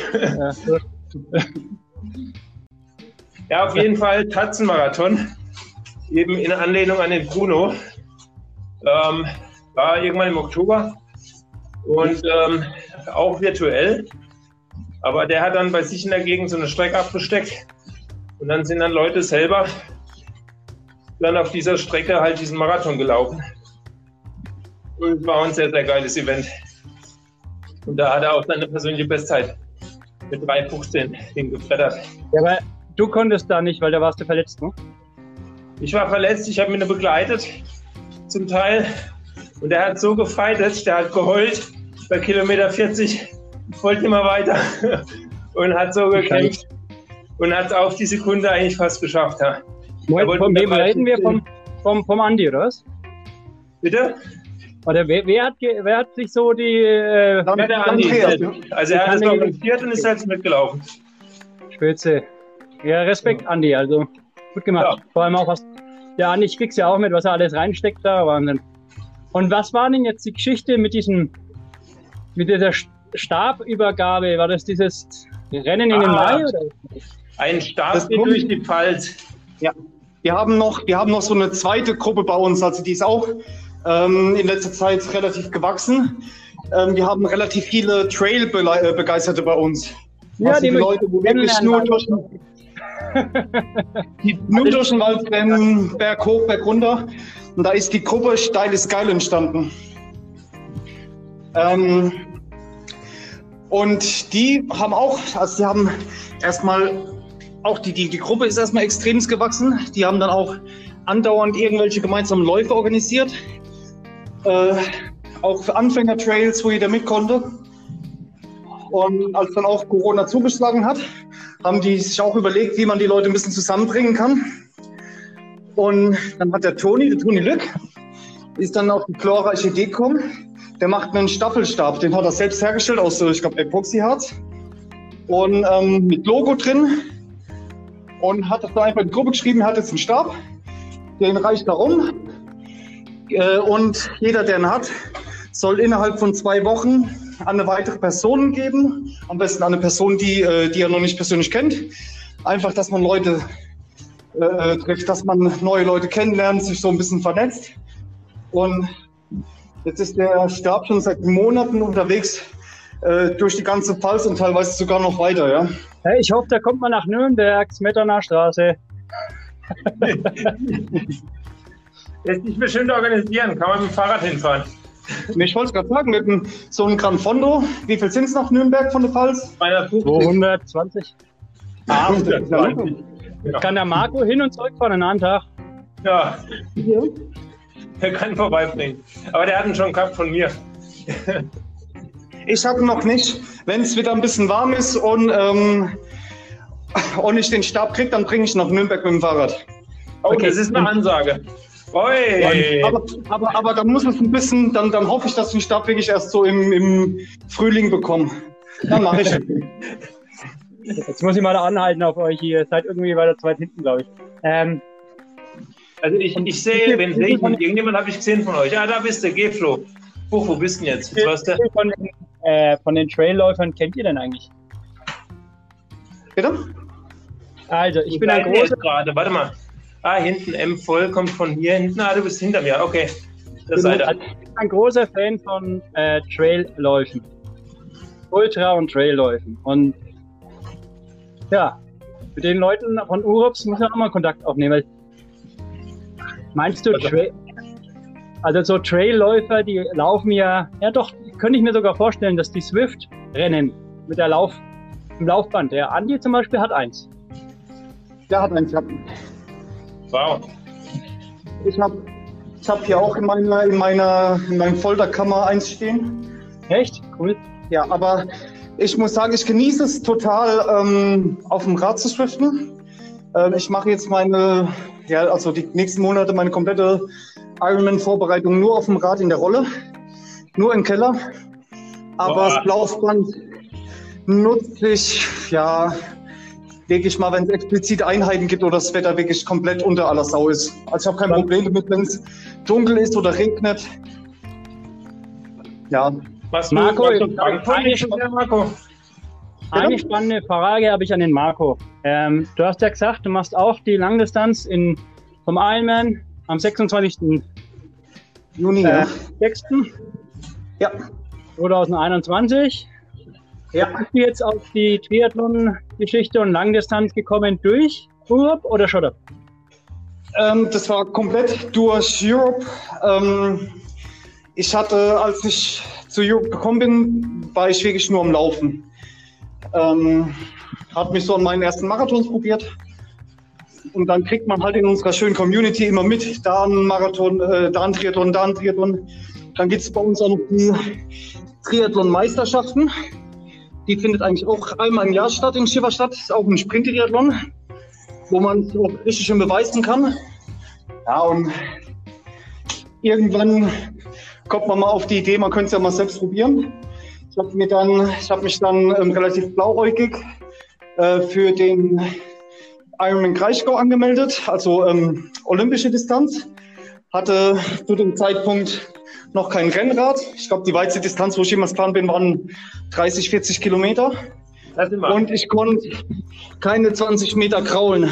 Speaker 3: Ja, auf jeden Fall Tatzenmarathon. Eben in Anlehnung an den Bruno. War irgendwann im Oktober. Und auch virtuell. Aber der hat dann bei sich in der Gegend so eine Strecke abgesteckt. Und dann sind dann Leute selber dann auf dieser Strecke halt diesen Marathon gelaufen. Und es war ein sehr, sehr geiles Event. Und da hat er auch seine persönliche Bestzeit mit 3,15 hingefrettert.
Speaker 1: Ja, aber du konntest da nicht, weil da warst du verletzt, ne?
Speaker 3: Ich war verletzt, ich habe ihn begleitet, zum Teil. Und er hat so gefeitet, der hat geheult bei Kilometer 40, wollte immer weiter und hat so gekämpft und hat es auf die Sekunde eigentlich fast geschafft. Ja.
Speaker 1: Von wem reden wir? Vom Andi, oder was?
Speaker 3: Bitte?
Speaker 1: Oder wer hat sich so die...
Speaker 3: der Andi. Also er hat es organisiert und ist selbst mitgelaufen.
Speaker 1: Spitze. Ja, Respekt, Andi, also gut gemacht. Ja. Vor allem auch, was der Andi, ich krieg's ja auch mit, was er alles reinsteckt da. Wahnsinn. Und was war denn jetzt die Geschichte mit dieser Stabübergabe? War das dieses Rennen in den Mai? Oder?
Speaker 3: Ein Stab geht durch die Pfalz.
Speaker 2: Ja. Wir haben noch so eine zweite Gruppe bei uns, also die ist auch in letzter Zeit relativ gewachsen. Wir haben relativ viele Trail-Begeisterte bei uns.
Speaker 1: Ja,
Speaker 2: also die Leute, wo wirklich nur durch den Wald rennen, Berg hoch, Berg runter. Und da ist die Gruppe Steil ist geil entstanden. Und die haben auch, also die haben erstmal, auch die Gruppe ist erstmal extremst gewachsen. Die haben dann auch andauernd irgendwelche gemeinsamen Läufe organisiert. Auch für Anfänger-Trails, wo jeder mit konnte. Und als dann auch Corona zugeschlagen hat, haben die sich auch überlegt, wie man die Leute ein bisschen zusammenbringen kann. Und dann hat der Toni Lück, ist dann auf die glorreiche Idee gekommen, der macht einen Staffelstab, den hat er selbst hergestellt aus, ich glaube, Epoxyharz. Und mit Logo drin. Und hat das dann einfach in die Gruppe geschrieben, hat jetzt einen Stab, den reicht da rum. Und jeder, der ihn hat, soll innerhalb von 2 Wochen an eine weitere Person geben. Am besten an eine Person, die er noch nicht persönlich kennt. Einfach, dass man Leute trifft, dass man neue Leute kennenlernt, sich so ein bisschen vernetzt. Und jetzt ist der Stab schon seit Monaten unterwegs durch die ganze Pfalz und teilweise sogar noch weiter. Ja.
Speaker 1: Hey, ich hoffe, da kommt man nach Nürnberg, Smetana Straße.
Speaker 3: Lässt sich bestimmt organisieren, kann man mit dem Fahrrad hinfahren.
Speaker 2: Ich wollte es gerade sagen, mit so einem Gran Fondo, wie viel sind es nach Nürnberg von der Pfalz?
Speaker 1: 220.
Speaker 3: Ah, 120.
Speaker 1: Ja. Kann der Marco hin und zurückfahren in einem Tag?
Speaker 3: Ja. Der kann vorbeibringen. Aber der hat ihn schon gehabt von mir.
Speaker 2: Ich habe ihn noch nicht. Wenn es wieder ein bisschen warm ist und ich den Stab kriege, dann bringe ich nach Nürnberg mit dem Fahrrad.
Speaker 3: Oh, okay. Das ist eine Ansage. Oi.
Speaker 2: Aber dann muss es ein bisschen, dann hoffe ich, dass ich den Stab wirklich erst so im Frühling bekomme. Dann mache ich.
Speaker 1: Jetzt muss ich mal da anhalten auf euch hier. Ihr seid irgendwie weiter zweit hinten, glaube ich.
Speaker 3: Also ich sehe, wenn irgendjemand habe ich gesehen von euch. Ah, da bist du, geh Flo. Wo bist du denn jetzt?
Speaker 1: Von den Trailläufern kennt ihr denn eigentlich?
Speaker 2: Bitte?
Speaker 1: Also, ich bin ein großer...
Speaker 3: gerade, warte mal. Ah, hinten, M voll kommt von hier hinten. Ah, du bist hinter mir, okay. Das seid ihr.
Speaker 1: Ich bin ein großer Fan von Trailläufen. Ultra- und Trailläufen. Und ja, mit den Leuten von Urops muss man auch mal Kontakt aufnehmen. Meinst du, also so Trailläufer, die laufen ja doch, könnte ich mir sogar vorstellen, dass die Swift-Rennen mit der im Laufband, der Andi zum Beispiel hat eins.
Speaker 2: Der hat eins, ja.
Speaker 3: Wow.
Speaker 2: Ich hab hier auch in meinem Folderkammer eins stehen.
Speaker 1: Echt? Cool.
Speaker 2: Ja, aber ich muss sagen, ich genieße es total, auf dem Rad zu swiften. Ich mache jetzt die nächsten Monate meine komplette Ironman-Vorbereitung nur auf dem Rad in der Rolle, nur im Keller. Aber das Laufband nutze ich, ja, wirklich mal, wenn es explizit Einheiten gibt oder das Wetter wirklich komplett unter aller Sau ist. Also ich habe kein Problem damit, wenn es dunkel ist oder regnet. Ja.
Speaker 1: Marco, eine spannende Frage habe ich an den Marco. Du hast ja gesagt, du machst auch die Langdistanz vom Ironman am 26.
Speaker 2: Juni,
Speaker 1: 6.
Speaker 2: Ja.
Speaker 1: 2021. Ja. Bist du jetzt auf die Triathlon-Geschichte und Langdistanz gekommen durch Europe oder schon?
Speaker 2: Das war komplett durch Europe. Ich hatte, als ich zu Europe gekommen bin, war ich wirklich nur am Laufen. Habe mich so an meinen ersten Marathons probiert. Und dann kriegt man halt in unserer schönen Community immer mit, da ein Marathon, da ein Triathlon, da ein Triathlon. Dann gibt es bei uns auch noch die Triathlon-Meisterschaften. Die findet eigentlich auch einmal im Jahr statt in Schifferstadt. Das ist auch ein Sprint-Triathlon, wo man es auch richtig schön beweisen kann. Ja, und irgendwann kommt man mal auf die Idee, man könnte es ja mal selbst probieren. Ich habe mich dann relativ blauäugig für den Ironman Kraichgau angemeldet, also olympische Distanz. Hatte zu dem Zeitpunkt noch kein Rennrad. Ich glaube, die weiteste Distanz, wo ich jemals gefahren bin, waren 30, 40 Kilometer. Und ich konnte keine 20 Meter kraulen.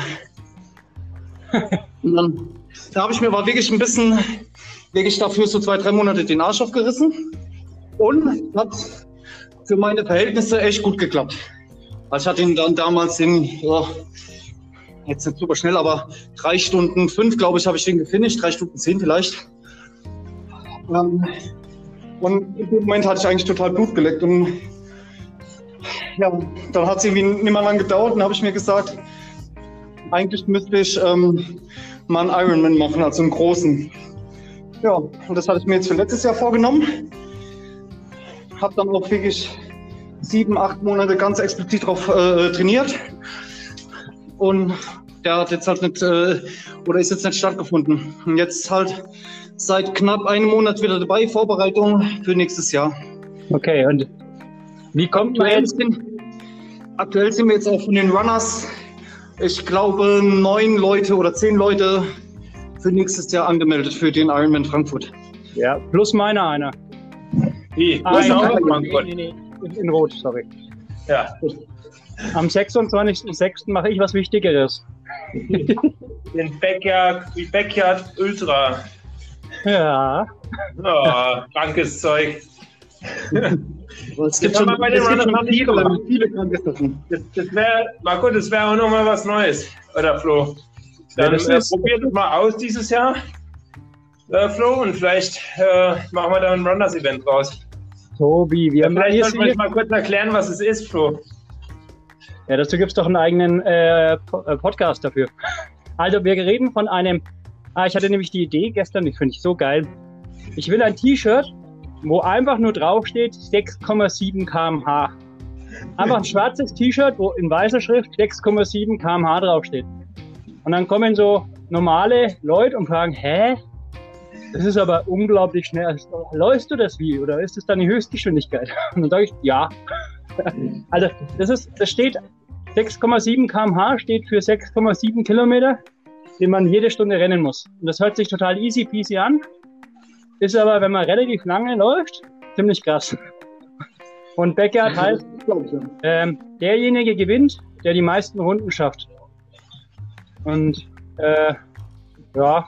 Speaker 2: Und dann, da habe ich mir aber wirklich ein bisschen, dafür so 2-3 Monate den Arsch aufgerissen. Und hat für meine Verhältnisse echt gut geklappt. Also ich hatte ihn dann damals jetzt nicht super schnell, aber 3 Stunden 5, glaube ich, habe ich den gefinisht, 3 Stunden 10 vielleicht. Und in dem Moment hatte ich eigentlich total Blut geleckt. Und ja, dann hat es irgendwie nicht mehr lange gedauert und dann habe ich mir gesagt, eigentlich müsste ich mal einen Ironman machen, also einen großen. Ja, und das hatte ich mir jetzt für letztes Jahr vorgenommen. Habe dann auch wirklich 7, 8 Monate ganz explizit drauf trainiert. Und der hat jetzt halt nicht, oder ist jetzt nicht stattgefunden. Und jetzt halt seit knapp einem Monat wieder dabei, Vorbereitung für nächstes Jahr.
Speaker 1: Okay, und wie kommt man jetzt?
Speaker 2: Aktuell sind wir jetzt auch von den Runners, ich glaube 9 Leute oder 10 Leute für nächstes Jahr angemeldet für den Ironman Frankfurt.
Speaker 1: Ja, plus meiner einer.
Speaker 3: Wie?
Speaker 1: Nee, in Rot, sorry.
Speaker 3: Ja.
Speaker 1: Am 26.06. mache ich was Wichtigeres.
Speaker 3: Den Backyard Ultra.
Speaker 1: Ja.
Speaker 3: Oh, krankes Zeug.
Speaker 2: Es gibt schon
Speaker 3: bei den Runners
Speaker 2: viele kranke Sachen.
Speaker 3: Das wäre, Marco, das wäre auch nochmal was Neues, oder Flo? Dann probiert es mal aus dieses Jahr, Flo, und vielleicht machen wir da ein Runners-Event raus.
Speaker 1: Tobi, wir haben
Speaker 3: vielleicht sollten wir mal kurz erklären, was es ist, Flo.
Speaker 1: Ja, dazu gibt es doch einen eigenen Podcast dafür. Also wir reden von einem, ich hatte nämlich die Idee gestern, die finde ich so geil. Ich will ein T-Shirt, wo einfach nur draufsteht 6,7 km/h. Einfach ein schwarzes T-Shirt, wo in weißer Schrift 6,7 km/h draufsteht. Und dann kommen so normale Leute und fragen, hä? Das ist aber unglaublich schnell. Läufst du das wie? Oder ist das deine Höchstgeschwindigkeit? Und dann sage ich, ja. Also das steht 6,7 km/h steht für 6,7 Kilometer, den man jede Stunde rennen muss. Und das hört sich total easy peasy an, ist aber, wenn man relativ lange läuft, ziemlich krass. Und Backyard heißt, derjenige gewinnt, der die meisten Runden schafft. Und ja.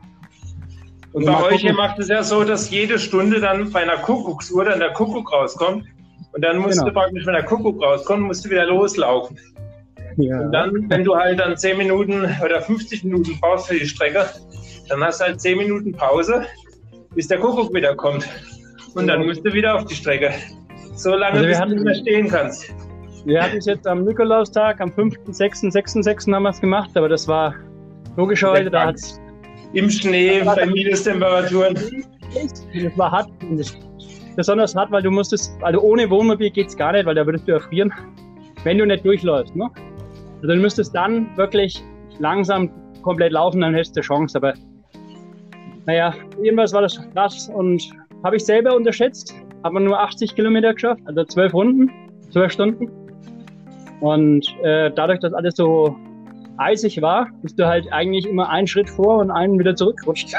Speaker 3: Und bei euch, ihr macht es ja so, dass jede Stunde dann bei einer Kuckucksuhr dann der Kuckuck rauskommt. Und dann musst du praktisch, wenn der Kuckuck rauskommt, musst du wieder loslaufen. Ja. Und dann, wenn du halt dann 10 Minuten oder 50 Minuten brauchst für die Strecke, dann hast du halt 10 Minuten Pause, bis der Kuckuck wieder kommt. Und dann musst du wieder auf die Strecke. So lange, bis du nicht mehr stehen kannst.
Speaker 1: Wir hatten es jetzt am Nikolaustag, am 5.6., haben wir es gemacht, aber das war logischerweise, da hat es
Speaker 3: im Schnee, bei Minustemperaturen.
Speaker 1: Das war hart. Besonders hart, weil du musstest, also ohne Wohnmobil geht es gar nicht, weil da würdest du erfrieren, wenn du nicht durchläufst. Ne? Also du müsstest dann wirklich langsam komplett laufen, dann hättest du Chance. Aber naja, jedenfalls war das krass und habe ich selber unterschätzt. Habe man nur 80 Kilometer geschafft, also 12 Runden, 12 Stunden. Und dadurch, dass alles so eisig war, bist du halt eigentlich immer einen Schritt vor und einen wieder zurückrutscht.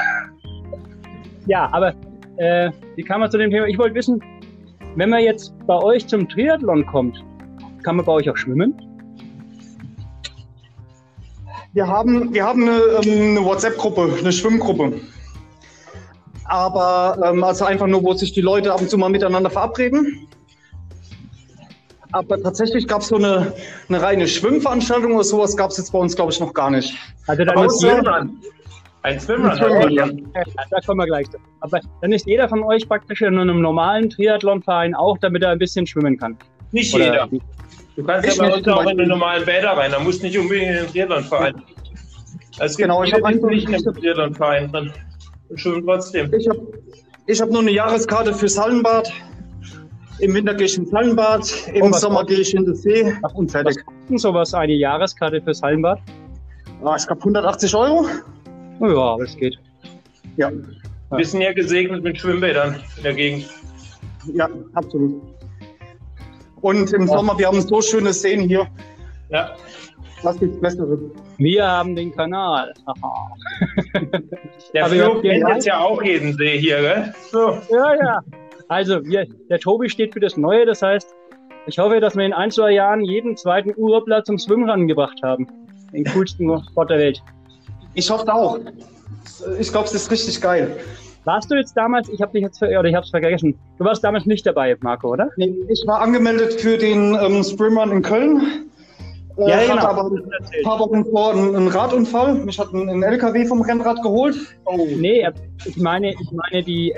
Speaker 1: Ja, aber wie kam man zu dem Thema? Ich wollte wissen, wenn man jetzt bei euch zum Triathlon kommt, kann man bei euch auch schwimmen?
Speaker 2: Wir haben eine WhatsApp-Gruppe, eine Schwimmgruppe. Aber also einfach nur, wo sich die Leute ab und zu mal miteinander verabreden. Aber tatsächlich gab es so eine reine Schwimmveranstaltung oder sowas gab es jetzt bei uns, glaube ich, noch gar nicht.
Speaker 1: Also dann ist ein Swimrun. Ja, da kommen wir gleich. Aber dann ist jeder von euch praktisch in einem normalen Triathlonverein auch, damit er ein bisschen schwimmen kann.
Speaker 3: Nicht oder jeder. Du kannst ja bei uns auch in den normalen Bäder rein. Da musst nicht unbedingt in den Triathlonverein. Also es gibt
Speaker 2: genau, ich habe
Speaker 3: nicht in den Triathlonverein drin. Und schwimmen trotzdem.
Speaker 2: Ich habe nur eine Jahreskarte fürs Hallenbad. Im Winter gehe ich ins Hallenbad, im Sommer gehe ich in den See.
Speaker 1: Ach, und fertig. Was kostet denn sowas, eine Jahreskarte fürs Hallenbad?
Speaker 2: Ich glaube 180 €.
Speaker 1: Oh ja, das geht.
Speaker 2: Ja.
Speaker 3: Wir sind ja gesegnet mit Schwimmbädern in der Gegend.
Speaker 2: Ja, absolut. Und im Sommer, wir haben so schöne Seen hier.
Speaker 3: Ja.
Speaker 2: Was gibt's Besseres?
Speaker 1: Wir haben den Kanal.
Speaker 3: Der Flo kennt jetzt ja auch jeden See hier, gell? So.
Speaker 1: Ja. Also, der Tobi steht für das Neue. Das heißt, ich hoffe, dass wir in 1-2 Jahren jeden zweiten Urlaubler zum Schwimmrennen gebracht haben. Den coolsten Sport der Welt.
Speaker 2: Ich hoffe auch. Ich glaube, es ist richtig geil.
Speaker 1: Warst du jetzt damals, ich habe es vergessen, du warst damals nicht dabei, Marco, oder?
Speaker 2: Nee, ich war angemeldet für den Sprintrun in Köln.
Speaker 1: Ja, genau.
Speaker 2: Hatte aber ein paar Wochen vor einen Radunfall. Mich hat ein LKW vom Rennrad geholt.
Speaker 1: Oh. Nee, ich meine die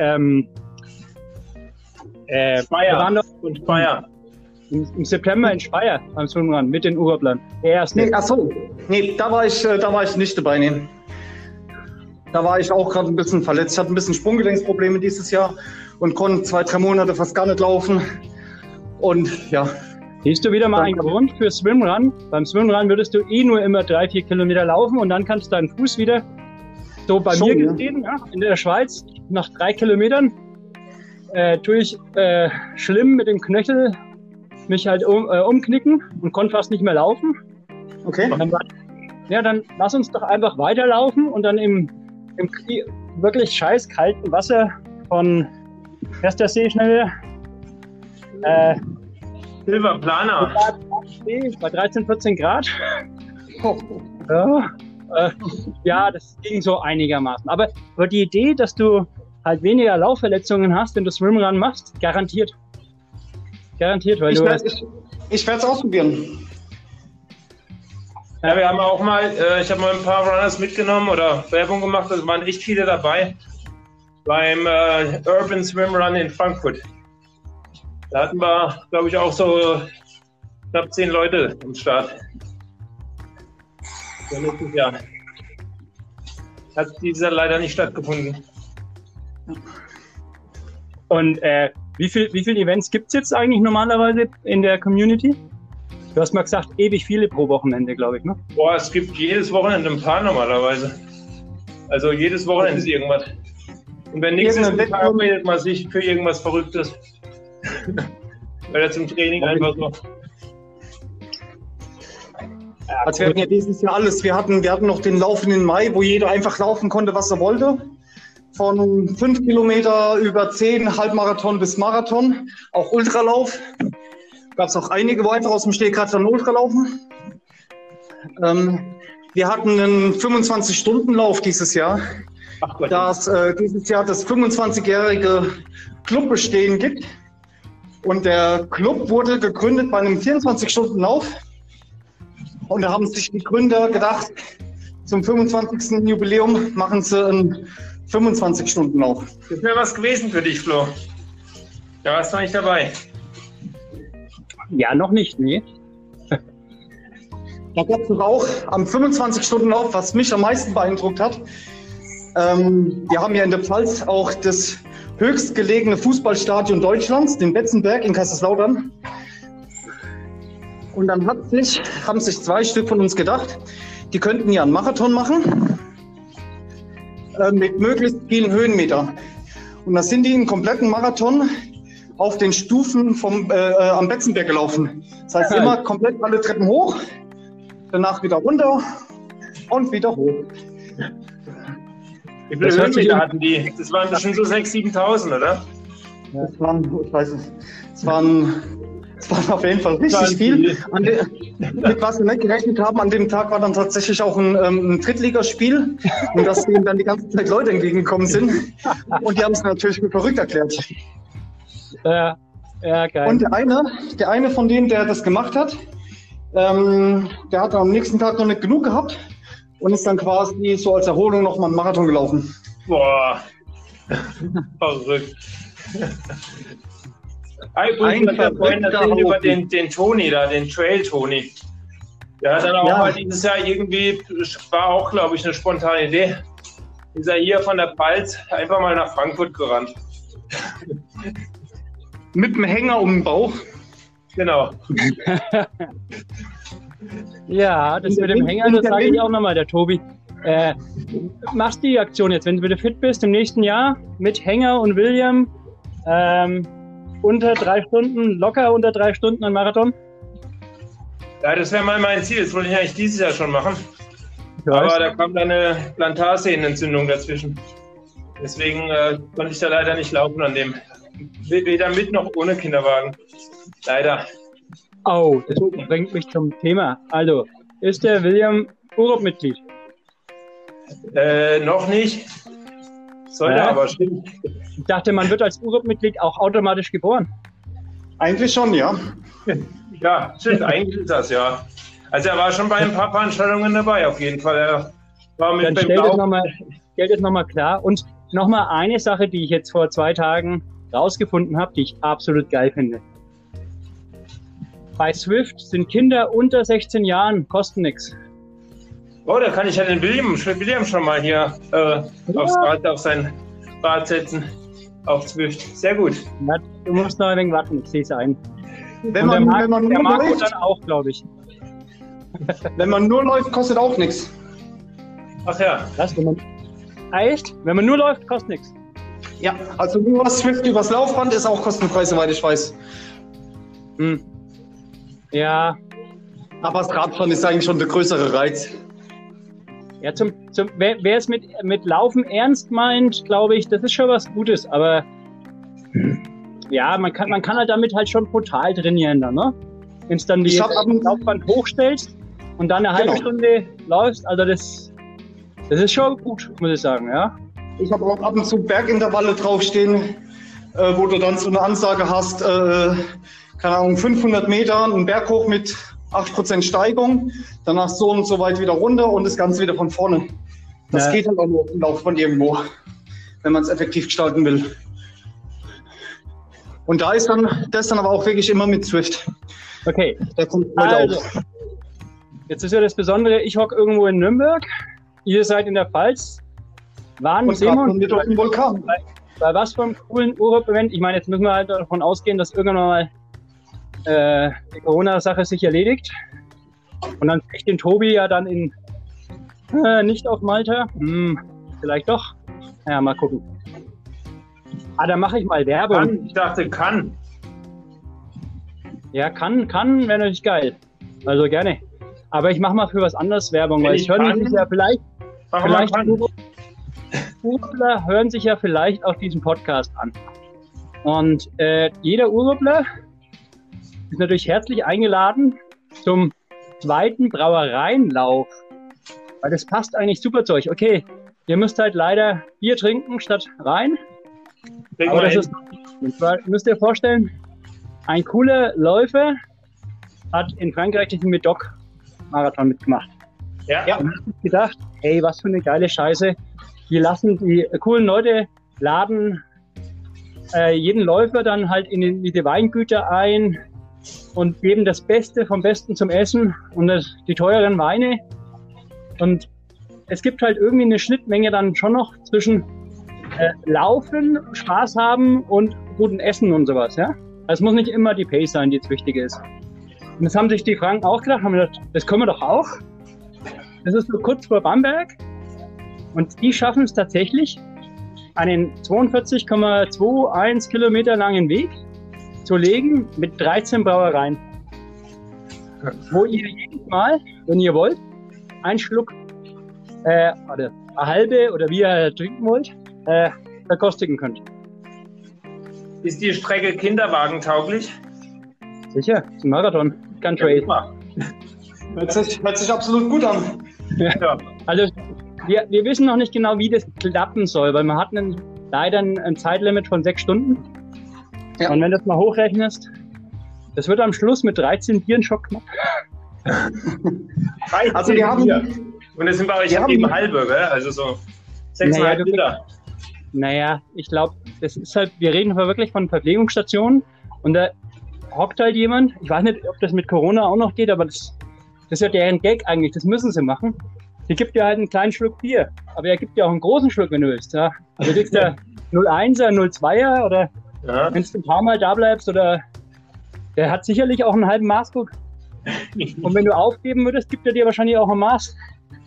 Speaker 3: Speyer und Speyer.
Speaker 1: Im September in Speyer beim Swimrun mit den Urlaublern.
Speaker 2: Nee, da war ich nicht dabei. Nee. Da war ich auch gerade ein bisschen verletzt. Ich hatte ein bisschen Sprunggelenksprobleme dieses Jahr und konnte 2-3 Monate fast gar nicht laufen. Und ja.
Speaker 1: Siehst du wieder mal einen Grund für Swimrun? Beim Swimrun würdest du nur immer 3-4 Kilometer laufen und dann kannst du deinen Fuß wieder, so bei mir gesehen, ja, in der Schweiz, nach 3 Kilometern, tue ich schlimm mit dem Knöchel mich halt umknicken und konnte fast nicht mehr laufen.
Speaker 2: Okay.
Speaker 1: Dann lass uns doch einfach weiterlaufen und dann im wirklich scheiß kalten Wasser von See schnell
Speaker 3: Silberplaner.
Speaker 1: Bei 13, 14 Grad. Ja, das ging so einigermaßen. Aber die Idee, dass du halt weniger Laufverletzungen hast, wenn du Swimrun machst, garantiert. Garantiert, weil
Speaker 2: ich werde es ausprobieren.
Speaker 3: Ja, wir haben auch mal, ich habe mal ein paar Runners mitgenommen oder Werbung gemacht, es waren echt viele dabei beim Urban Swim Run in Frankfurt. Da hatten wir, glaube ich, auch so knapp 10 Leute am Start. Letztes Jahr. Hat dieses Jahr leider nicht stattgefunden.
Speaker 1: Und wie viele Events gibt es jetzt eigentlich normalerweise in der Community? Du hast mal gesagt, ewig viele pro Wochenende, glaube ich, ne?
Speaker 3: Boah, es gibt jedes Wochenende ein paar normalerweise. Also jedes Wochenende ist irgendwas. Und wenn nichts ist, verabredet man sich für irgendwas Verrücktes. Oder zum Training einfach so.
Speaker 2: Also wir hatten ja dieses Jahr alles. Wir hatten noch den laufenden Mai, wo jeder einfach laufen konnte, was er wollte. Von 5 Kilometer über 10, Halbmarathon bis Marathon. Auch Ultralauf. Gab es auch einige, wo einfach aus dem Stegreif dann Ultra laufen. Wir hatten einen 25-Stunden-Lauf dieses Jahr.
Speaker 3: Ach Gott.
Speaker 2: Da es dieses Jahr das 25-jährige Clubbestehen gibt. Und der Club wurde gegründet bei einem 24-Stunden-Lauf. Und da haben sich die Gründer gedacht, zum 25. Jubiläum machen sie einen 25-Stunden-Lauf.
Speaker 3: Das wäre was gewesen für dich, Flo. Da warst du nicht dabei.
Speaker 1: Ja, noch nicht, nee.
Speaker 2: Da gab es auch am 25-Stunden-Lauf, was mich am meisten beeindruckt hat. Wir haben ja in der Pfalz auch das höchstgelegene Fußballstadion Deutschlands, den Betzenberg in Kaiserslautern. Und dann haben sich 2 Stück von uns gedacht, die könnten ja einen Marathon machen mit möglichst vielen Höhenmetern. Und da sind die einen kompletten Marathon auf den Stufen am Betzenberg gelaufen. Das heißt immer komplett alle Treppen hoch, danach wieder runter und wieder hoch.
Speaker 3: Wie viele Höhenmeter hatten die? Das waren bestimmt so 6.000, 7.000, oder?
Speaker 2: Ja. Das waren, ich weiß nicht, es waren auf jeden Fall richtig viel. Mit was wir nicht gerechnet haben, an dem Tag war dann tatsächlich auch ein Drittligaspiel und dass denen dann die ganze Zeit Leute entgegengekommen sind. Und die haben es natürlich für verrückt erklärt.
Speaker 1: Ja, geil.
Speaker 2: Und der eine von denen, der das gemacht hat, der hat am nächsten Tag noch nicht genug gehabt und ist dann quasi so als Erholung nochmal einen Marathon gelaufen.
Speaker 3: Boah, verrückt. Ein Freund erzählt über den Toni da, den Trail Toni. Der hat dann auch mal dieses Jahr irgendwie, war auch, glaube ich, eine spontane Idee, ist er hier von der Pfalz einfach mal nach Frankfurt gerannt.
Speaker 2: Mit dem Hänger um den Bauch.
Speaker 3: Genau.
Speaker 1: Ja, das mit dem Hänger, das sage ich auch nochmal, der Tobi. Machst die Aktion jetzt, wenn du wieder fit bist, im nächsten Jahr mit Hänger und William unter 3 Stunden, locker unter 3 Stunden ein Marathon?
Speaker 3: Ja, das wäre mal mein Ziel. Das wollte ich eigentlich dieses Jahr schon machen. Aber da kam dann eine Plantarsehnenentzündung dazwischen. Deswegen konnte ich da leider nicht laufen an dem. Weder mit noch ohne Kinderwagen. Leider.
Speaker 1: Oh, das bringt mich zum Thema. Also, ist der William Urop-Mitglied?
Speaker 3: Noch nicht. Sollte aber, stimmt.
Speaker 1: Ich dachte, man wird als Urop-Mitglied auch automatisch geboren.
Speaker 2: Eigentlich schon, ja.
Speaker 3: Ja, stimmt, eigentlich ist das, ja. Also er war schon bei ein paar Veranstaltungen dabei, auf jeden Fall. Er war mit
Speaker 1: Dann stell das nochmal klar. Und nochmal eine Sache, die ich jetzt vor 2 Tagen rausgefunden habe, die ich absolut geil finde. Bei Zwift sind Kinder unter 16 Jahren, kosten nichts.
Speaker 3: Oh, da kann ich ja den William schon mal hier auf sein Rad setzen. Auf Zwift. Sehr gut.
Speaker 1: Ja, du musst noch ein wenig warten, ich sehe es ein.
Speaker 2: Wenn man
Speaker 1: der
Speaker 2: nur
Speaker 1: Marco
Speaker 2: läuft,
Speaker 1: dann auch, glaube ich.
Speaker 2: wenn man nur läuft, kostet auch nichts.
Speaker 3: Ach ja.
Speaker 1: Was, wenn man... Echt? Wenn man nur läuft, kostet nichts.
Speaker 2: Ja, also nur was Swift übers Laufband ist auch kostenfrei, soweit ich weiß.
Speaker 1: Ja.
Speaker 2: Aber das Radfahren ist eigentlich schon der größere Reiz.
Speaker 1: Ja, wer es mit Laufen ernst meint, glaube ich, das ist schon was Gutes. Aber ja, man kann halt damit halt schon brutal trainieren dann, ne? Wenn du dann die Laufband hochstellst und dann eine halbe Stunde läufst, also das ist schon gut, muss ich sagen, ja.
Speaker 2: Ich habe auch ab und zu Bergintervalle draufstehen, wo du dann so eine Ansage hast, keine Ahnung, 500 Meter, einen Berg hoch mit 8% Steigung, danach so und so weit wieder runter und das Ganze wieder von vorne. Das geht halt auch nur auf dem Laufband irgendwo, wenn man es effektiv gestalten will. Und da ist das dann aber auch wirklich immer mit Swift.
Speaker 1: Okay.
Speaker 2: Der kommt heute auf.
Speaker 1: Jetzt ist ja das Besondere, ich hocke irgendwo in Nürnberg, ihr seid in der Pfalz.
Speaker 2: Und sehen wir mit auf dem Vulkan.
Speaker 1: Bei was für einem coolen Urlaub-Event? Ich meine, jetzt müssen wir halt davon ausgehen, dass irgendwann mal die Corona-Sache sich erledigt. Und dann kriegt den Tobi ja dann nicht auf Malta. Vielleicht doch. Ja, mal gucken. Dann mache ich mal Werbung.
Speaker 3: Ich dachte, kann.
Speaker 1: Ja, kann, wäre natürlich geil. Also gerne. Aber ich mache mal für was anderes Werbung, weil es hören sich ja vielleicht Urlaubler hören sich ja vielleicht auch diesen Podcast an. Und jeder Urlaubler ist natürlich herzlich eingeladen zum zweiten Brauereienlauf. Weil das passt eigentlich super zu euch. Okay, ihr müsst halt leider Bier trinken statt Wein. Aber das ist, müsst ihr vorstellen, ein cooler Läufer hat in Frankreich den Médoc-Marathon mitgemacht.
Speaker 3: Ja.
Speaker 1: Und ich gedacht, ey, was für eine geile Scheiße. Die coolen Leute laden jeden Läufer dann halt in diese Weingüter ein und geben das Beste vom Besten zum Essen und die teuren Weine. Und es gibt halt irgendwie eine Schnittmenge dann schon noch zwischen Laufen, Spaß haben und guten Essen und sowas, ja. Es muss nicht immer die Pace sein, die jetzt wichtig ist. Und das haben sich die Franken auch gedacht, haben gedacht, das können wir doch auch. Das ist so kurz vor Bamberg. Und die schaffen es tatsächlich, einen 42,21 Kilometer langen Weg zu legen mit 13 Brauereien. Wo ihr jedes Mal, wenn ihr wollt, einen Schluck, oder eine halbe oder wie ihr trinken wollt, verkostigen könnt.
Speaker 3: Ist die Strecke kinderwagentauglich?
Speaker 1: Sicher, zum Marathon, kein Trail.
Speaker 2: Hört sich absolut gut an.
Speaker 1: Ja. Also wir wissen noch nicht genau, wie das klappen soll, weil wir hatten leider ein Zeitlimit von 6 Stunden. Ja. Und wenn du das mal hochrechnest, das wird am Schluss mit 13 Bieren schon knapp.
Speaker 3: Also wir haben und das sind bei euch eben halbe, gell? Also so 6,5 Liter.
Speaker 1: Naja, ich glaube, das ist halt, wir reden aber wirklich von Verpflegungsstationen und da hockt halt jemand, ich weiß nicht, ob das mit Corona auch noch geht, aber das ist ja deren Gag eigentlich, das müssen sie machen. Die gibt dir halt einen kleinen Schluck Bier, aber er gibt dir auch einen großen Schluck, wenn du willst. Ja? Also du kriegst ja 0,1er, 0,2er oder wenn du ein paar Mal da bleibst oder der hat sicherlich auch einen halben Maßkrug. Und wenn du aufgeben würdest, gibt er dir wahrscheinlich auch ein Maß.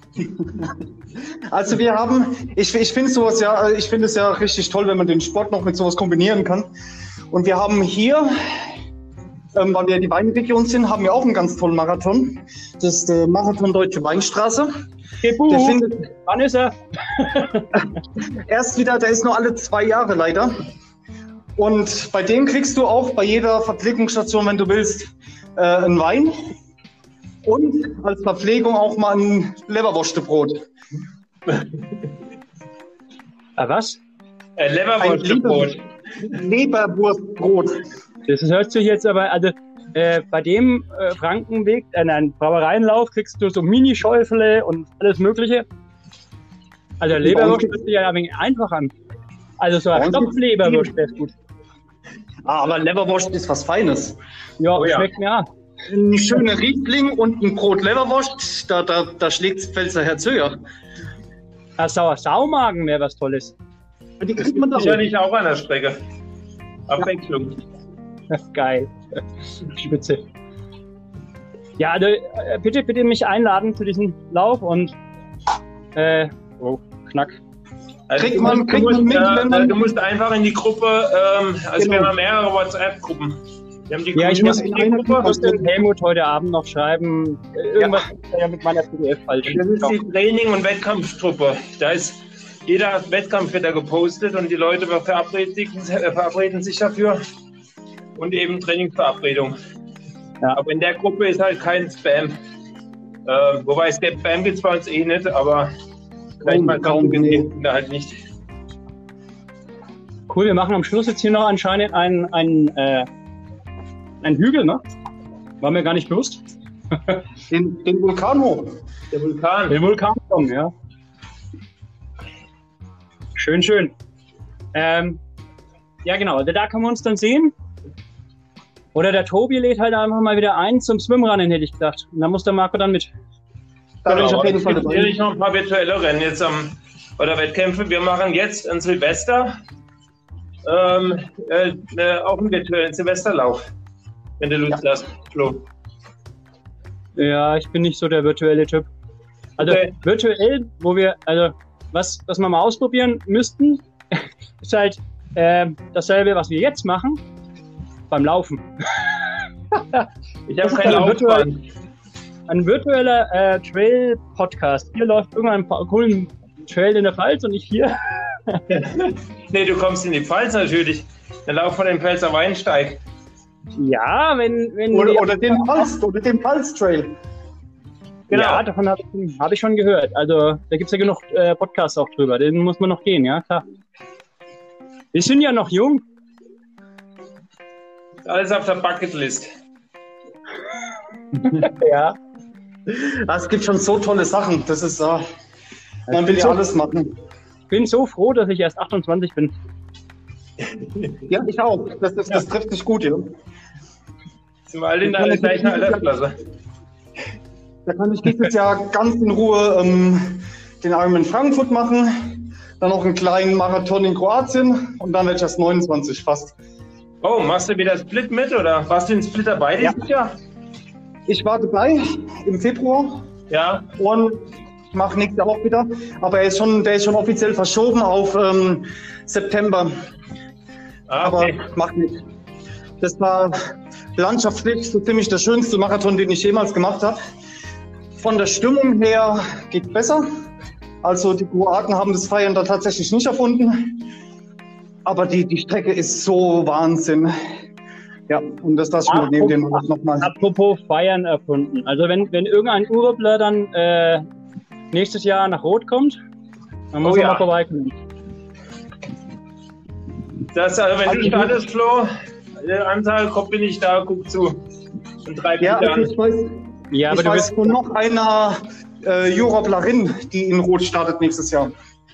Speaker 2: Also wir haben, ich finde sowas ja, ich finde es ja richtig toll, wenn man den Sport noch mit sowas kombinieren kann. Und wir haben hier, weil wir die Weinregion sind, haben wir auch einen ganz tollen Marathon. Das ist der Marathon Deutsche Weinstraße.
Speaker 1: Wann ist er?
Speaker 2: Erst wieder, der ist nur alle 2 Jahre leider. Und bei dem kriegst du auch bei jeder Verpflegungsstation, wenn du willst, einen Wein. Und als Verpflegung auch mal ein Leberwurstbrot.
Speaker 1: Was?
Speaker 3: Leberwurstbrot.
Speaker 2: Leberwurstbrot.
Speaker 1: Das hört sich jetzt aber, also bei dem Frankenweg, einen Brauereienlauf, kriegst du so Mini-Schäufele und alles Mögliche. Also Leberwurst hört sich ja ein wenig einfach an. Also so eine Stopfleberwurst wäre gut.
Speaker 2: Aber Leberwurst ist was Feines.
Speaker 1: Ja, schmeckt mir auch.
Speaker 2: Ein schöner Riebling und ein Brot Leberwurst, da schlägt das Pfälzer Herz höher.
Speaker 1: Saumagen wäre was Tolles.
Speaker 3: Die kriegt man doch sicherlich auch an der Strecke. Abwechslung.
Speaker 1: Geil. Spitze. Ja, also, bitte mich einladen zu diesem Lauf und Knack.
Speaker 3: Also
Speaker 2: Kriegt man mit, wenn man...
Speaker 3: Du musst einfach in die Gruppe, also wir haben mehrere WhatsApp-Gruppen. Wir haben die
Speaker 1: Ja, ich muss in die Gruppe, muss
Speaker 3: Das
Speaker 1: den Helmut heute Abend noch schreiben. Irgendwas ist ja mit meiner PDF falsch.
Speaker 3: ist die Training- und Wettkampfgruppe. Da ist jeder Wettkampf wird da gepostet und die Leute verabreden sich dafür und eben Trainingsverabredung.
Speaker 1: Ja.
Speaker 3: Aber in der Gruppe ist halt kein Spam. Wobei Spam gibt es bei uns eh nicht, aber vielleicht mal kaum gesehen, da halt nicht.
Speaker 1: Cool, wir machen am Schluss jetzt hier noch anscheinend einen Hügel, ne? War mir gar nicht bewusst.
Speaker 2: Den Vulkan hoch.
Speaker 3: Der Vulkan.
Speaker 1: Den Vulkan kommen, ja. Schön, schön. Ja, genau, also da können wir uns dann sehen. Oder der Tobi lädt halt einfach mal wieder ein zum Schwimmrennen, hätte ich gedacht. Und da muss der Marco dann mit.
Speaker 2: Da bin ich auf jeden Fall
Speaker 3: Es gibt
Speaker 2: dabei.
Speaker 3: noch ein paar virtuelle Rennen jetzt oder Wettkämpfe. Wir machen jetzt ein Silvester, auch einen virtuellen Silvesterlauf, wenn du Lust hast, Flo.
Speaker 1: Ja, ich bin nicht so der virtuelle Typ. Also
Speaker 3: Okay.
Speaker 1: virtuell, wo wir, also was wir mal ausprobieren müssten, ist halt dasselbe, was wir jetzt machen, beim Laufen.
Speaker 3: Ich habe
Speaker 1: Das ist
Speaker 3: kein
Speaker 1: eine
Speaker 3: Laufband.
Speaker 1: Ein virtueller Trail-Podcast. Hier läuft irgendein coolen Trail in der Pfalz und ich hier.
Speaker 3: Nee, du kommst in die Pfalz natürlich. Der Lauf von dem Pfälzer Weinsteig.
Speaker 1: Ja, wenn
Speaker 2: Oder den Pfalz-Trail.
Speaker 3: Genau.
Speaker 1: Ja, davon hab ich schon gehört. Also da gibt es ja genug Podcasts auch drüber. Den muss man noch gehen, ja klar. Wir sind ja noch jung.
Speaker 3: Alles auf der Bucketlist.
Speaker 1: Ja.
Speaker 2: Es gibt schon so tolle Sachen. Das ist, man will ja alles machen.
Speaker 1: Ich bin so froh, dass ich erst 28 bin.
Speaker 2: Ja, ich auch. Das trifft sich gut, ja.
Speaker 3: Sind wir alle in der gleichen Altersklasse.
Speaker 2: Da kann ich dieses Jahr ganz in Ruhe den Ironman Frankfurt machen, dann noch einen kleinen Marathon in Kroatien und dann werde ich erst 29 fast.
Speaker 3: Oh, machst du wieder Split mit oder warst du in Split dabei dieses Jahr?
Speaker 2: Ich war dabei im Februar
Speaker 3: Ja.
Speaker 2: und ich mache nächstes Jahr auch wieder, aber der ist schon offiziell verschoben auf September.
Speaker 3: Ah,
Speaker 2: Aber
Speaker 3: okay.
Speaker 2: macht nichts. Das war landschaftlich so ziemlich der schönste Marathon, den ich jemals gemacht habe. Von der Stimmung her geht besser. Also die Kroaten haben das Feiern da tatsächlich nicht erfunden. Aber die Strecke ist so Wahnsinn. Ja, und das ich mir neben dem nochmal.
Speaker 1: Apropos Feiern erfunden. Also wenn irgendein Urlaubler dann nächstes Jahr nach Rot kommt, dann muss er mal vorbeikommen.
Speaker 3: Das, also wenn du startest, Flo, der Anzahl kommt, bin ich da, guck zu. Und 3
Speaker 2: Ja,
Speaker 3: Bilder
Speaker 2: also ich weiß,
Speaker 1: Ja, aber
Speaker 2: ich
Speaker 1: du
Speaker 2: weiß
Speaker 1: bist
Speaker 2: von noch einer Europlerin, die in Rot startet nächstes Jahr.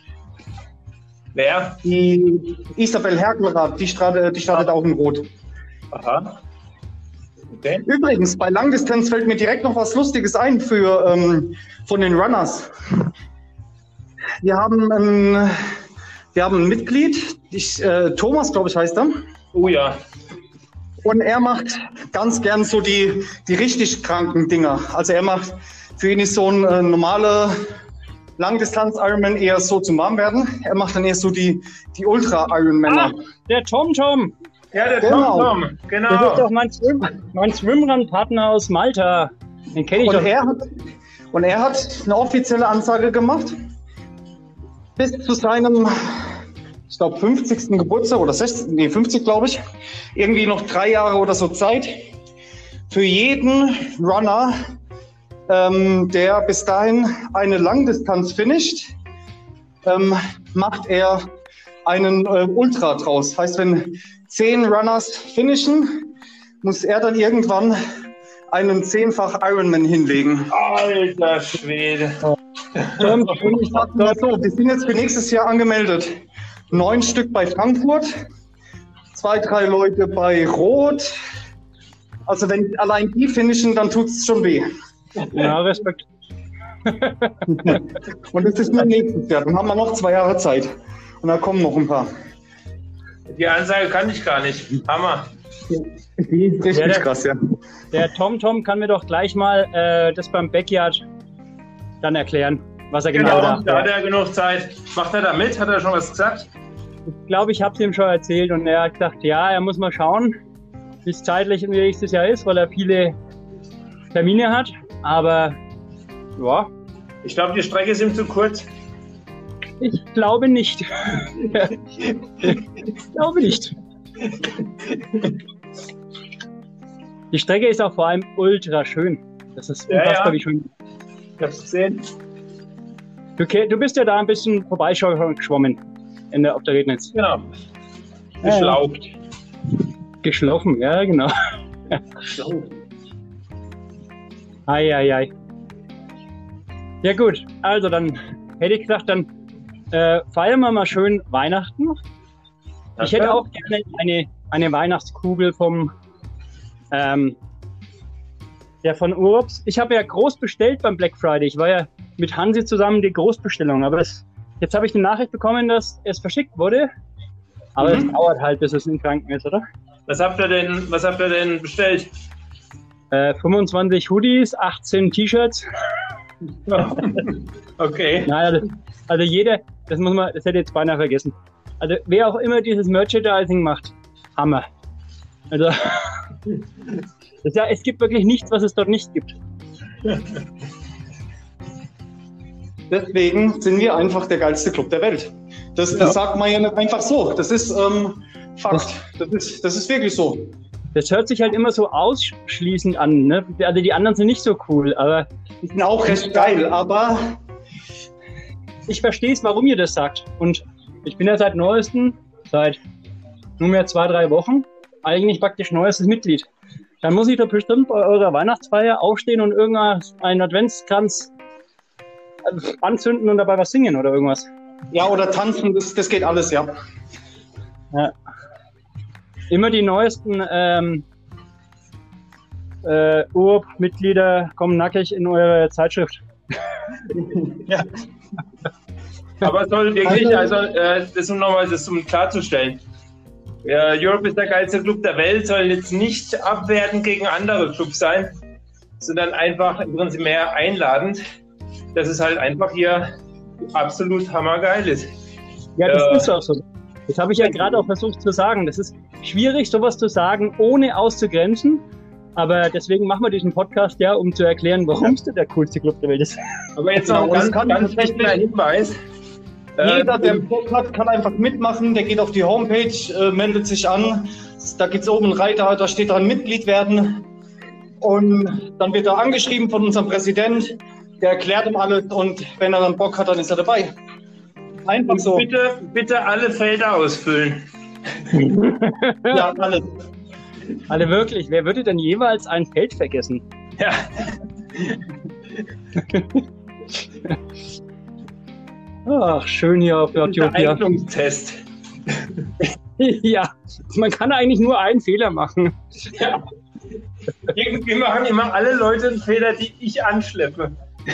Speaker 3: Wer?
Speaker 2: Die Isabel Herkelrath, die startet auch in Rot.
Speaker 3: Aha. Okay.
Speaker 2: Übrigens, bei Langdistanz fällt mir direkt noch was Lustiges ein von den Runners. Wir haben ein Mitglied, Thomas, glaube ich, heißt er.
Speaker 3: Oh ja.
Speaker 2: Und er macht ganz gern so die richtig kranken Dinger. Also er macht, für ihn ist so ein normaler Langdistanz-Ironman eher so zum Warmwerden. Er macht dann eher so die Ultra-Ironmänner.
Speaker 1: der Tom.
Speaker 3: Ja, der
Speaker 2: Genau.
Speaker 3: Tom,
Speaker 1: Das ist
Speaker 3: genau.
Speaker 1: doch mein Schwimmrennpartner aus Malta. Den kenne ich
Speaker 2: Und
Speaker 1: doch.
Speaker 2: er hat eine offizielle Ansage gemacht. Bis zu seinem, ich glaube, 50. Geburtstag oder 50, glaube ich. Irgendwie noch 3 Jahre oder so Zeit. Für jeden Runner, der bis dahin eine Langdistanz finisht, macht er einen Ultra draus. Heißt, wenn 10 Runners finishen, muss er dann irgendwann einen 10-fach Ironman hinlegen.
Speaker 3: Alter Schwede.
Speaker 2: Und ich sag mal so, die sind jetzt für nächstes Jahr angemeldet. 9 Stück bei Frankfurt, 2, 3 Leute bei Rot. Also wenn allein die finishen, dann tut es schon weh.
Speaker 1: Ja, Respekt.
Speaker 2: Und das ist nur nächstes Jahr. Dann haben wir noch 2 Jahre Zeit. Und da kommen noch ein paar.
Speaker 3: Die Ansage kann ich gar nicht. Hammer.
Speaker 2: Die ist richtig krass, ja.
Speaker 1: Der Tom kann mir doch gleich mal das beim Backyard dann erklären, was er genau da.
Speaker 3: Da hat er genug Zeit. Macht er da mit? Hat er schon was gesagt?
Speaker 1: Ich glaube, ich habe es ihm schon erzählt und er hat gesagt, ja, er muss mal schauen, wie es zeitlich nächstes Jahr ist, weil er viele Termine hat. Aber ja.
Speaker 3: Ich glaube, die Strecke ist ihm zu kurz.
Speaker 1: Ich glaube nicht. Ich glaube nicht. Die Strecke ist auch vor allem ultra schön. Das ist unfassbar, wie schön.
Speaker 3: Ich hab's gesehen.
Speaker 1: Du bist ja da ein bisschen vorbeigeschwommen auf der Rednitz.
Speaker 3: Genau. Geschlaucht.
Speaker 1: Geschlafen, ja, genau. Ei. Ja gut, also dann hätte ich gesagt, dann feiern wir mal schön Weihnachten. Ich hätte auch gerne eine Weihnachtskugel von Urops. Ich habe ja groß bestellt beim Black Friday. Ich war ja mit Hansi zusammen die Großbestellung. Aber jetzt habe ich eine Nachricht bekommen, dass es verschickt wurde. Aber es dauert halt, bis es in Franken ist, oder?
Speaker 3: Was habt ihr denn bestellt?
Speaker 1: 25 Hoodies, 18 T-Shirts.
Speaker 3: Okay.
Speaker 1: Naja, also jeder, das hätte ich jetzt beinahe vergessen. Also wer auch immer dieses Merchandising macht, Hammer. Also es gibt wirklich nichts, was es dort nicht gibt.
Speaker 2: Deswegen sind wir einfach der geilste Club der Welt. Das sagt man ja nicht einfach so. Das ist Fakt. Das ist wirklich so.
Speaker 1: Das hört sich halt immer so ausschließend an, ne? Also die anderen sind nicht so cool, aber...
Speaker 2: Die sind auch recht geil, aber...
Speaker 1: Ich verstehe es, warum ihr das sagt. Und ich bin ja seit nunmehr 2-3 Wochen eigentlich praktisch neuestes Mitglied. Dann muss ich doch bestimmt bei eurer Weihnachtsfeier aufstehen und irgendeinen Adventskranz anzünden und dabei was singen oder irgendwas.
Speaker 2: Ja, oder tanzen, das geht alles, ja.
Speaker 1: Ja. Immer die neuesten Urb-Mitglieder kommen nackig in eure Zeitschrift.
Speaker 3: Ja. Aber es soll wirklich, das um klarzustellen. Europe ist der geilste Club der Welt, soll jetzt nicht abwertend gegen andere Clubs sein, sondern einfach im Prinzip mehr einladend, dass es halt einfach hier absolut hammergeil ist.
Speaker 1: Ja, das ist auch so. Das habe ich ja gerade auch versucht zu sagen. Das ist schwierig, sowas zu sagen, ohne auszugrenzen. Aber deswegen machen wir diesen Podcast ja, um zu erklären, warum es der coolste Club der Welt ist.
Speaker 3: Aber jetzt noch ein ganz wichtiger Hinweis.
Speaker 2: Jeder, der Bock hat, kann einfach mitmachen. Der geht auf die Homepage, meldet sich an. Da gibt es oben einen Reiter, da steht dran Mitglied werden. Und dann wird er angeschrieben von unserem Präsident. Der erklärt ihm alles und wenn er dann Bock hat, dann ist er dabei. Einfach so.
Speaker 3: Bitte alle Felder ausfüllen.
Speaker 2: Ja, alles.
Speaker 1: Alle wirklich. Wer würde denn jeweils ein Feld vergessen?
Speaker 3: Ja.
Speaker 1: Ach, schön hier auf Äthiopien.
Speaker 3: Eignungstest.
Speaker 1: Ja, man kann eigentlich nur einen Fehler machen.
Speaker 3: Ja. Irgendwie machen immer alle Leute einen Fehler, die ich anschleppe.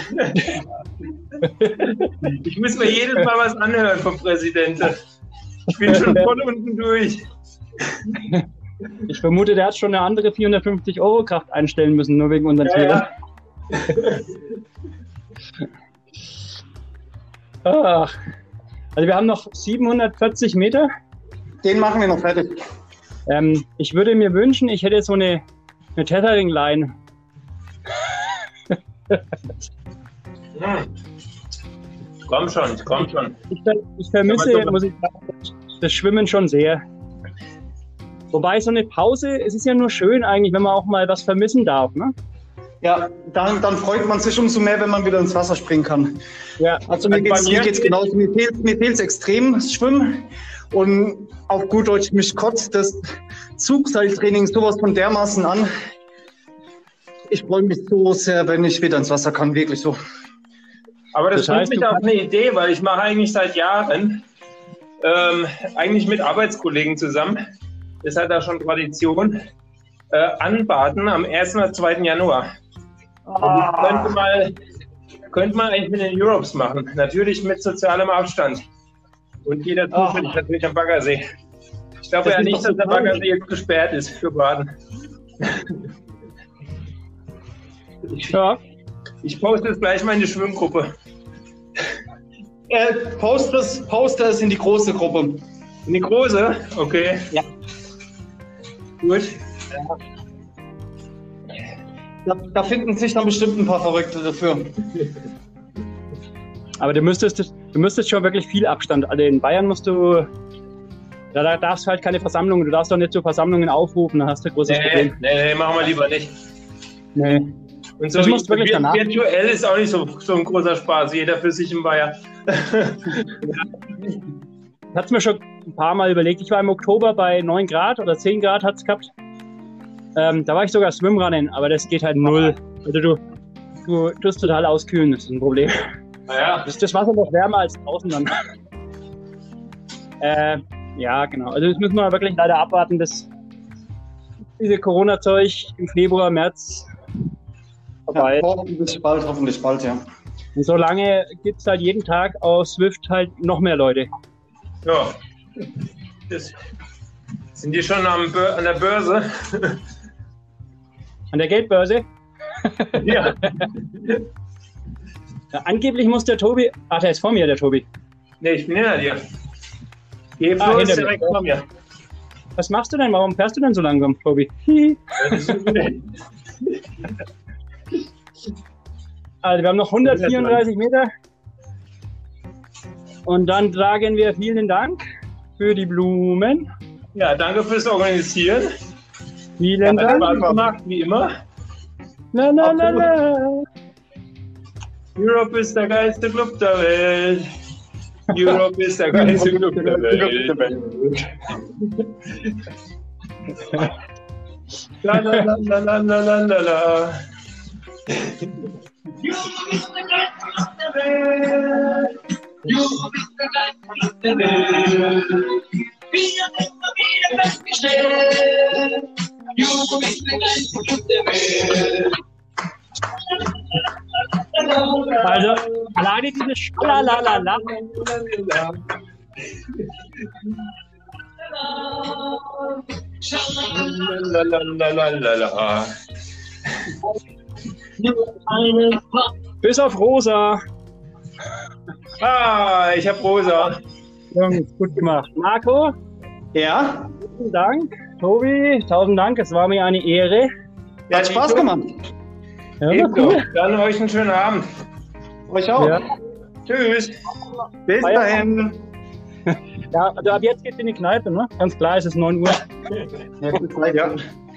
Speaker 3: Ich muss mir jedes Mal was anhören vom Präsidenten. Ich bin schon voll unten durch.
Speaker 1: Ich vermute, der hat schon eine andere 450 € Kraft einstellen müssen, nur wegen unseren Fehlern. Ja. Ach. Also wir haben noch 740 Meter.
Speaker 2: Den machen wir noch fertig.
Speaker 1: Ich würde mir wünschen, ich hätte so eine Tethering-Line.
Speaker 3: Komm schon.
Speaker 1: Ich vermisse, muss ich sagen, das Schwimmen schon sehr. Wobei so eine Pause, es ist ja nur schön eigentlich, wenn man auch mal was vermissen darf, ne?
Speaker 2: Ja, dann freut man sich umso mehr, wenn man wieder ins Wasser springen kann.
Speaker 1: Ja.
Speaker 2: Also mir geht's genauso. Mir fehlt's extrem, das Schwimmen. Und auf gut Deutsch, mich kotzt das Zugseiltraining sowas von dermaßen an. Ich freue mich so sehr, wenn ich wieder ins Wasser kann, wirklich so.
Speaker 3: Aber das bringt mich auf eine Idee, weil ich mache eigentlich seit Jahren, eigentlich mit Arbeitskollegen zusammen, das hat da schon Tradition, Anbaden am 1. oder 2. Januar. Könnte man eigentlich mit den Europes machen, natürlich mit sozialem Abstand. Und jeder zufällig natürlich am Baggersee. Ich glaube ja nicht, dass der Baggersee jetzt gesperrt ist für Baden.
Speaker 1: Ja.
Speaker 3: Ich poste es gleich mal in die Schwimmgruppe.
Speaker 2: Poste es in die große Gruppe.
Speaker 3: In die große? Okay.
Speaker 2: Ja.
Speaker 3: Gut.
Speaker 2: Da finden sich dann bestimmt ein paar Verrückte dafür.
Speaker 1: Aber du müsstest schon wirklich viel Abstand. Also in Bayern da darfst du halt keine Versammlungen, du darfst doch nicht zu Versammlungen aufrufen, dann hast du ein großes Problem.
Speaker 3: Nee, machen wir lieber nicht.
Speaker 1: Nee.
Speaker 3: Und so
Speaker 1: Das musst du wirklich danach.
Speaker 3: Virtuell ist auch nicht so ein großer Spaß, jeder für sich in Bayern.
Speaker 1: Ich hatte es mir schon ein paar Mal überlegt. Ich war im Oktober bei 9 Grad oder 10 Grad hat es gehabt. Da war ich sogar Schwimmrennen, aber das geht halt null. Also du tust total auskühlen, das ist ein Problem.
Speaker 3: Naja.
Speaker 1: Das Wasser noch wärmer als draußen dann. Ja, genau. Also das müssen wir wirklich leider abwarten, bis diese Corona-Zeug im Februar, März vorbei.
Speaker 2: Ja, hoffentlich bald, ja.
Speaker 1: Und solange gibt es halt jeden Tag aus Swift halt noch mehr Leute.
Speaker 3: Ja. Sind die schon an der Börse?
Speaker 1: An der Geldbörse?
Speaker 3: Ja.
Speaker 1: Ja, angeblich muss der Tobi... Ach, der ist vor mir, der Tobi.
Speaker 3: Nee, ich bin hinter dir. Die Flo ist direkt vor mir.
Speaker 1: Was machst du denn? Warum fährst du denn so langsam, Tobi? Also wir haben noch 134 Meter. Und dann tragen wir vielen Dank für die Blumen.
Speaker 3: Ja, danke fürs Organisieren.
Speaker 1: Vielen Dank.
Speaker 3: Spaß gemacht, wie immer.
Speaker 1: La, la, la, la.
Speaker 3: Europe ist der geilste Club der Welt. Europe ist der geilste Club der Welt. La la la la la la la la la.
Speaker 4: Europe ist der geilste Club der Welt. Europe ist der geilste Club der Welt. Wir haben immer wieder festgestellt. Europe ist der geilste Club der Welt.
Speaker 1: Also, alleine diese Schalalalala. Bis auf Rosa.
Speaker 3: Ah, ich hab Rosa.
Speaker 1: Jungs, gut gemacht. Marco,
Speaker 2: Ja,
Speaker 1: vielen Dank. Tobi, 1000 Dank. Es war mir eine Ehre.
Speaker 2: hat Spaß gemacht.
Speaker 1: Ja, war
Speaker 3: Ebenso.
Speaker 1: cool.
Speaker 3: Dann euch einen schönen Abend.
Speaker 2: Euch auch.
Speaker 1: Ja.
Speaker 3: Tschüss.
Speaker 2: Bis dahin.
Speaker 1: Ja, also ab jetzt geht's in die Kneipe, ne? Ganz klar, es ist 9 Uhr.
Speaker 2: Ja, gute Zeit, ja.